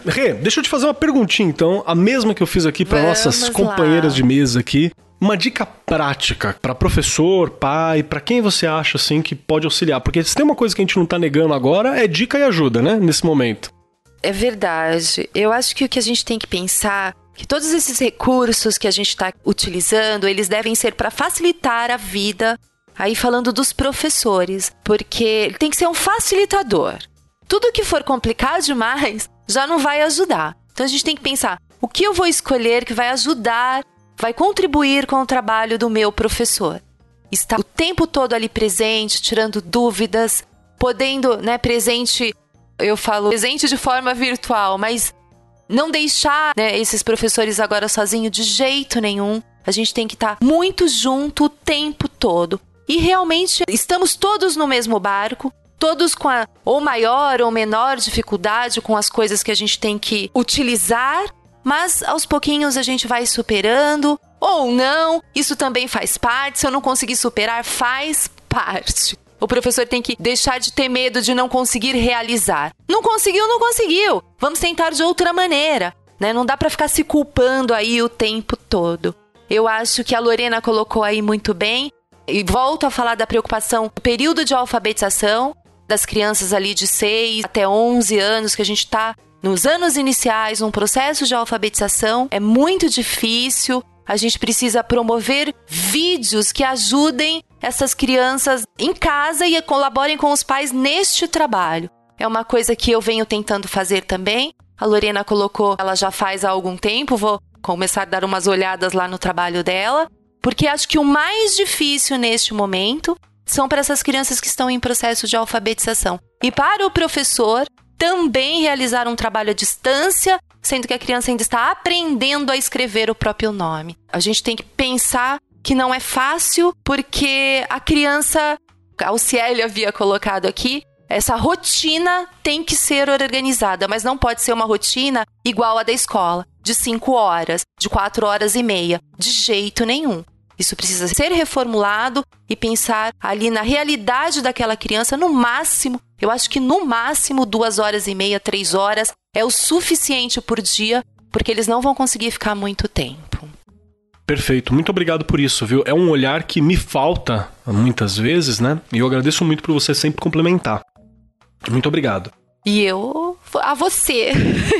Rê, deixa eu te fazer uma perguntinha, então, a mesma que eu fiz aqui para nossas companheiras lá. de mesa aqui. Uma dica prática para professor, pai, para quem você acha assim que pode auxiliar? Porque se tem uma coisa que a gente não tá negando agora, é dica e ajuda, né, nesse momento. É verdade. Eu acho que o que a gente tem que pensar que todos esses recursos que a gente está utilizando, eles devem ser para facilitar a vida, aí falando dos professores, porque tem que ser um facilitador. Tudo que for complicar demais já não vai ajudar. Então a gente tem que pensar, o que eu vou escolher que vai ajudar, vai contribuir com o trabalho do meu professor? Está o tempo todo ali presente, tirando dúvidas, podendo, né, presente, eu falo presente de forma virtual, mas não deixar, né, esses professores agora sozinhos de jeito nenhum. A gente tem que estar muito junto o tempo todo. E realmente estamos todos no mesmo barco, todos com a ou maior ou menor dificuldade com as coisas que a gente tem que utilizar, mas aos pouquinhos a gente vai superando, ou não, isso também faz parte. Se eu não conseguir superar, faz parte. O professor tem que deixar de ter medo de não conseguir realizar. Não conseguiu, não conseguiu. Vamos tentar de outra maneira, né? Não dá para ficar se culpando aí o tempo todo. Eu acho que a Lorena colocou aí muito bem. E volto a falar da preocupação do período de alfabetização das crianças ali de seis até onze anos, que a gente está nos anos iniciais, num processo de alfabetização. É muito difícil. A gente precisa promover vídeos que ajudem essas crianças em casa e colaborem com os pais neste trabalho. É uma coisa que eu venho tentando fazer também. A Lorena colocou, ela já faz há algum tempo, vou começar a dar umas olhadas lá no trabalho dela, porque acho que o mais difícil neste momento são para essas crianças que estão em processo de alfabetização. E para o professor também realizar um trabalho à distância, sendo que a criança ainda está aprendendo a escrever o próprio nome. A gente tem que pensar que não é fácil, porque a criança, a Alciele havia colocado aqui, essa rotina tem que ser organizada, mas não pode ser uma rotina igual a da escola, de cinco horas, de quatro horas e meia, de jeito nenhum. Isso precisa ser reformulado e pensar ali na realidade daquela criança, no máximo, eu acho que no máximo duas horas e meia, três horas é o suficiente por dia, porque eles não vão conseguir ficar muito tempo. Perfeito, muito obrigado por isso, viu? É um olhar que me falta muitas vezes, né? E eu agradeço muito por você sempre complementar. Muito obrigado. E eu a você.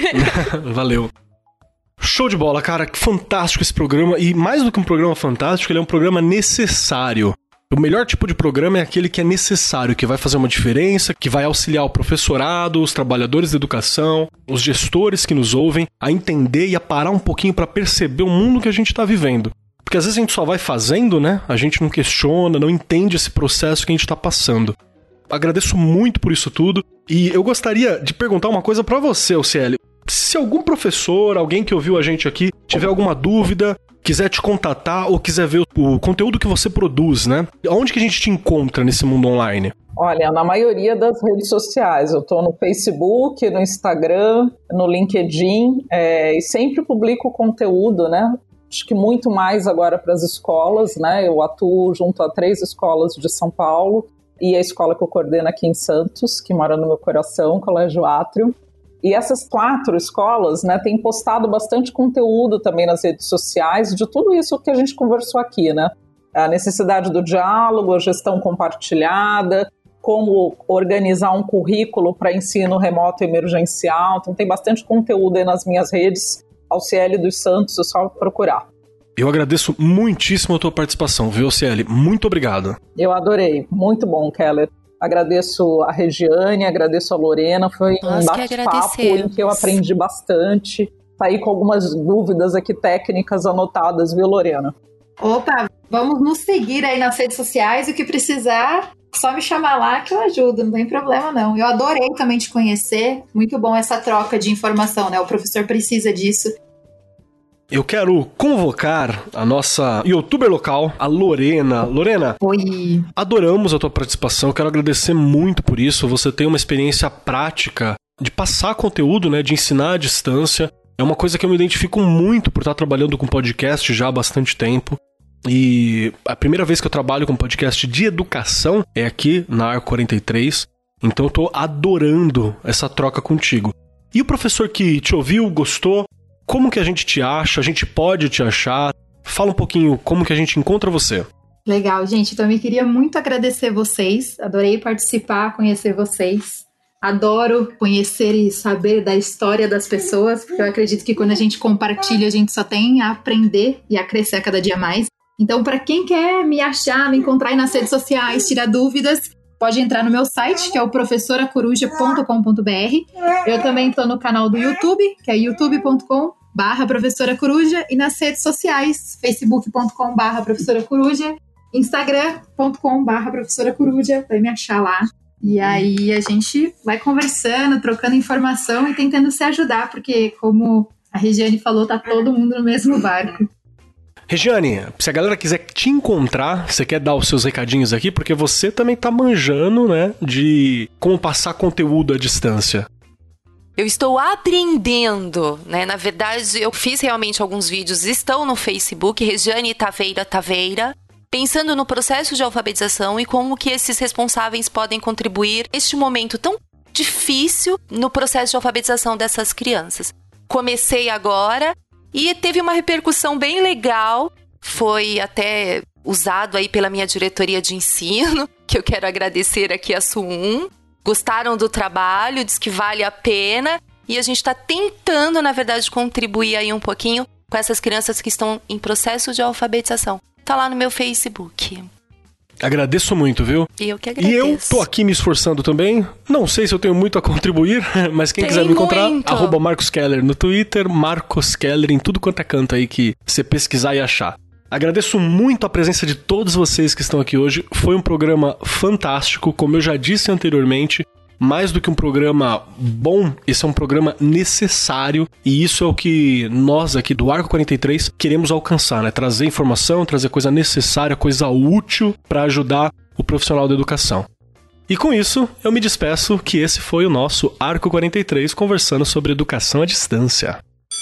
Valeu. Show de bola, cara, que fantástico esse programa. E mais do que um programa fantástico, ele é um programa necessário. O melhor tipo de programa é aquele que é necessário, que vai fazer uma diferença, que vai auxiliar o professorado, os trabalhadores da educação, os gestores que nos ouvem a entender e a parar um pouquinho para perceber o mundo que a gente está vivendo. Porque às vezes a gente só vai fazendo, né? A gente não questiona, não entende esse processo que a gente está passando. Agradeço muito por isso tudo. E eu gostaria de perguntar uma coisa para você, Alciele. Se algum professor, alguém que ouviu a gente aqui, tiver alguma dúvida, quiser te contatar ou quiser ver o conteúdo que você produz, né? Onde que a gente te encontra nesse mundo online? Olha, na maioria das redes sociais. Eu estou no Facebook, no Instagram, no LinkedIn, é, e sempre publico conteúdo, né? Acho que muito mais agora para as escolas, né? Eu atuo junto a três escolas de São Paulo e a escola que eu coordeno aqui em Santos, que mora no meu coração, Colégio Átrio. E essas quatro escolas, né, têm postado bastante conteúdo também nas redes sociais de tudo isso que a gente conversou aqui, né? A necessidade do diálogo, a gestão compartilhada, como organizar um currículo para ensino remoto emergencial. Então tem bastante conteúdo aí nas minhas redes, Alciele dos Santos, é só procurar. Eu agradeço muitíssimo a tua participação, viu, Alciele? Muito obrigado. Eu adorei, muito bom, Keller. Agradeço a Regiane, agradeço a Lorena, foi Nós um bate-papo em que eu aprendi bastante. Saí com algumas dúvidas aqui técnicas anotadas, viu, Lorena? Opa, vamos nos seguir aí nas redes sociais, o que precisar, só me chamar lá que eu ajudo, não tem problema não. Eu adorei também te conhecer, muito bom essa troca de informação, né? O professor precisa disso. Eu quero convocar a nossa youtuber local, a Lorena. Lorena, oi. Adoramos a tua participação, quero agradecer muito por isso. Você tem uma experiência prática de passar conteúdo, né, de ensinar à distância. É uma coisa que eu me identifico muito por estar trabalhando com podcast já há bastante tempo. E a primeira vez que eu trabalho com podcast de educação é aqui na Arco quarenta e três. Então eu tô adorando essa troca contigo. E o professor que te ouviu, gostou, como que a gente te acha? A gente pode te achar? Fala um pouquinho como que a gente encontra você. Legal, gente. Também queria muito agradecer vocês. Adorei participar, conhecer vocês. Adoro conhecer e saber da história das pessoas, porque eu acredito que quando a gente compartilha, a gente só tem a aprender e a crescer a cada dia mais. Então, para quem quer me achar, me encontrar aí nas redes sociais, tirar dúvidas, pode entrar no meu site, que é o professora coruja ponto com ponto b r. Eu também estou no canal do YouTube, que é youtube ponto com barra professora coruja, e nas redes sociais, facebook ponto com barra professora coruja, instagram ponto com barra professora coruja, vai me achar lá. E aí a gente vai conversando, trocando informação e tentando se ajudar, porque como a Regiane falou, tá todo mundo no mesmo barco. Regiane, se a galera quiser te encontrar, você quer dar os seus recadinhos aqui? Porque você também tá manjando, né, de como passar conteúdo à distância. Eu estou aprendendo, né? Na verdade, eu fiz realmente alguns vídeos, estão no Facebook, Regiane Taveira Taveira, pensando no processo de alfabetização e como que esses responsáveis podem contribuir neste momento tão difícil no processo de alfabetização dessas crianças. Comecei agora e teve uma repercussão bem legal, foi até usado aí pela minha diretoria de ensino, que eu quero agradecer aqui a SUUM. Gostaram do trabalho, diz que vale a pena e a gente está tentando, na verdade, contribuir aí um pouquinho com essas crianças que estão em processo de alfabetização. Tá lá no meu Facebook. Agradeço muito, viu? E eu que agradeço. E eu tô aqui me esforçando também. Não sei se eu tenho muito a contribuir, mas quem Tem quiser me encontrar, muito. arroba Marcos Keller no Twitter, Marcos Keller em tudo quanto é canto aí que você pesquisar e achar. Agradeço muito a presença de todos vocês que estão aqui hoje. Foi um programa fantástico, como eu já disse anteriormente. Mais do que um programa bom, esse é um programa necessário e isso é o que nós aqui do Arco quarenta e três queremos alcançar, né? Trazer informação, trazer coisa necessária, coisa útil para ajudar o profissional da educação. E com isso, eu me despeço que esse foi o nosso Arco quarenta e três conversando sobre educação à distância.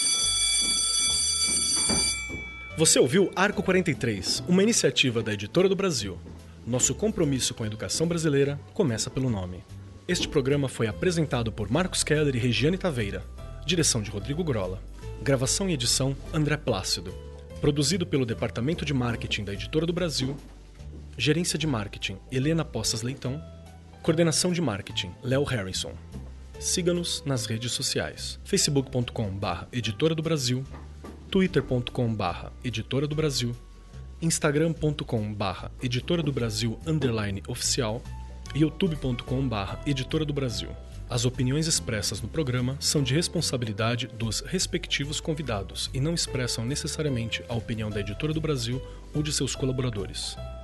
Você ouviu Arco quarenta e três, uma iniciativa da Editora do Brasil. Nosso compromisso com a educação brasileira começa pelo nome. Este programa foi apresentado por Marcos Keller e Regiane Taveira. Direção de Rodrigo Grola. Gravação e edição André Plácido. Produzido pelo Departamento de Marketing da Editora do Brasil. Gerência de Marketing Helena Poças Leitão. Coordenação de Marketing Léo Harrison. Siga-nos nas redes sociais. facebook ponto com barra Editora do Brasil. twitter ponto com barra Editora do Brasil. instagram ponto com barra Editora do Brasil underline oficial. youtube ponto com barra Editora do Brasil. As opiniões expressas no programa são de responsabilidade dos respectivos convidados e não expressam necessariamente a opinião da Editora do Brasil ou de seus colaboradores.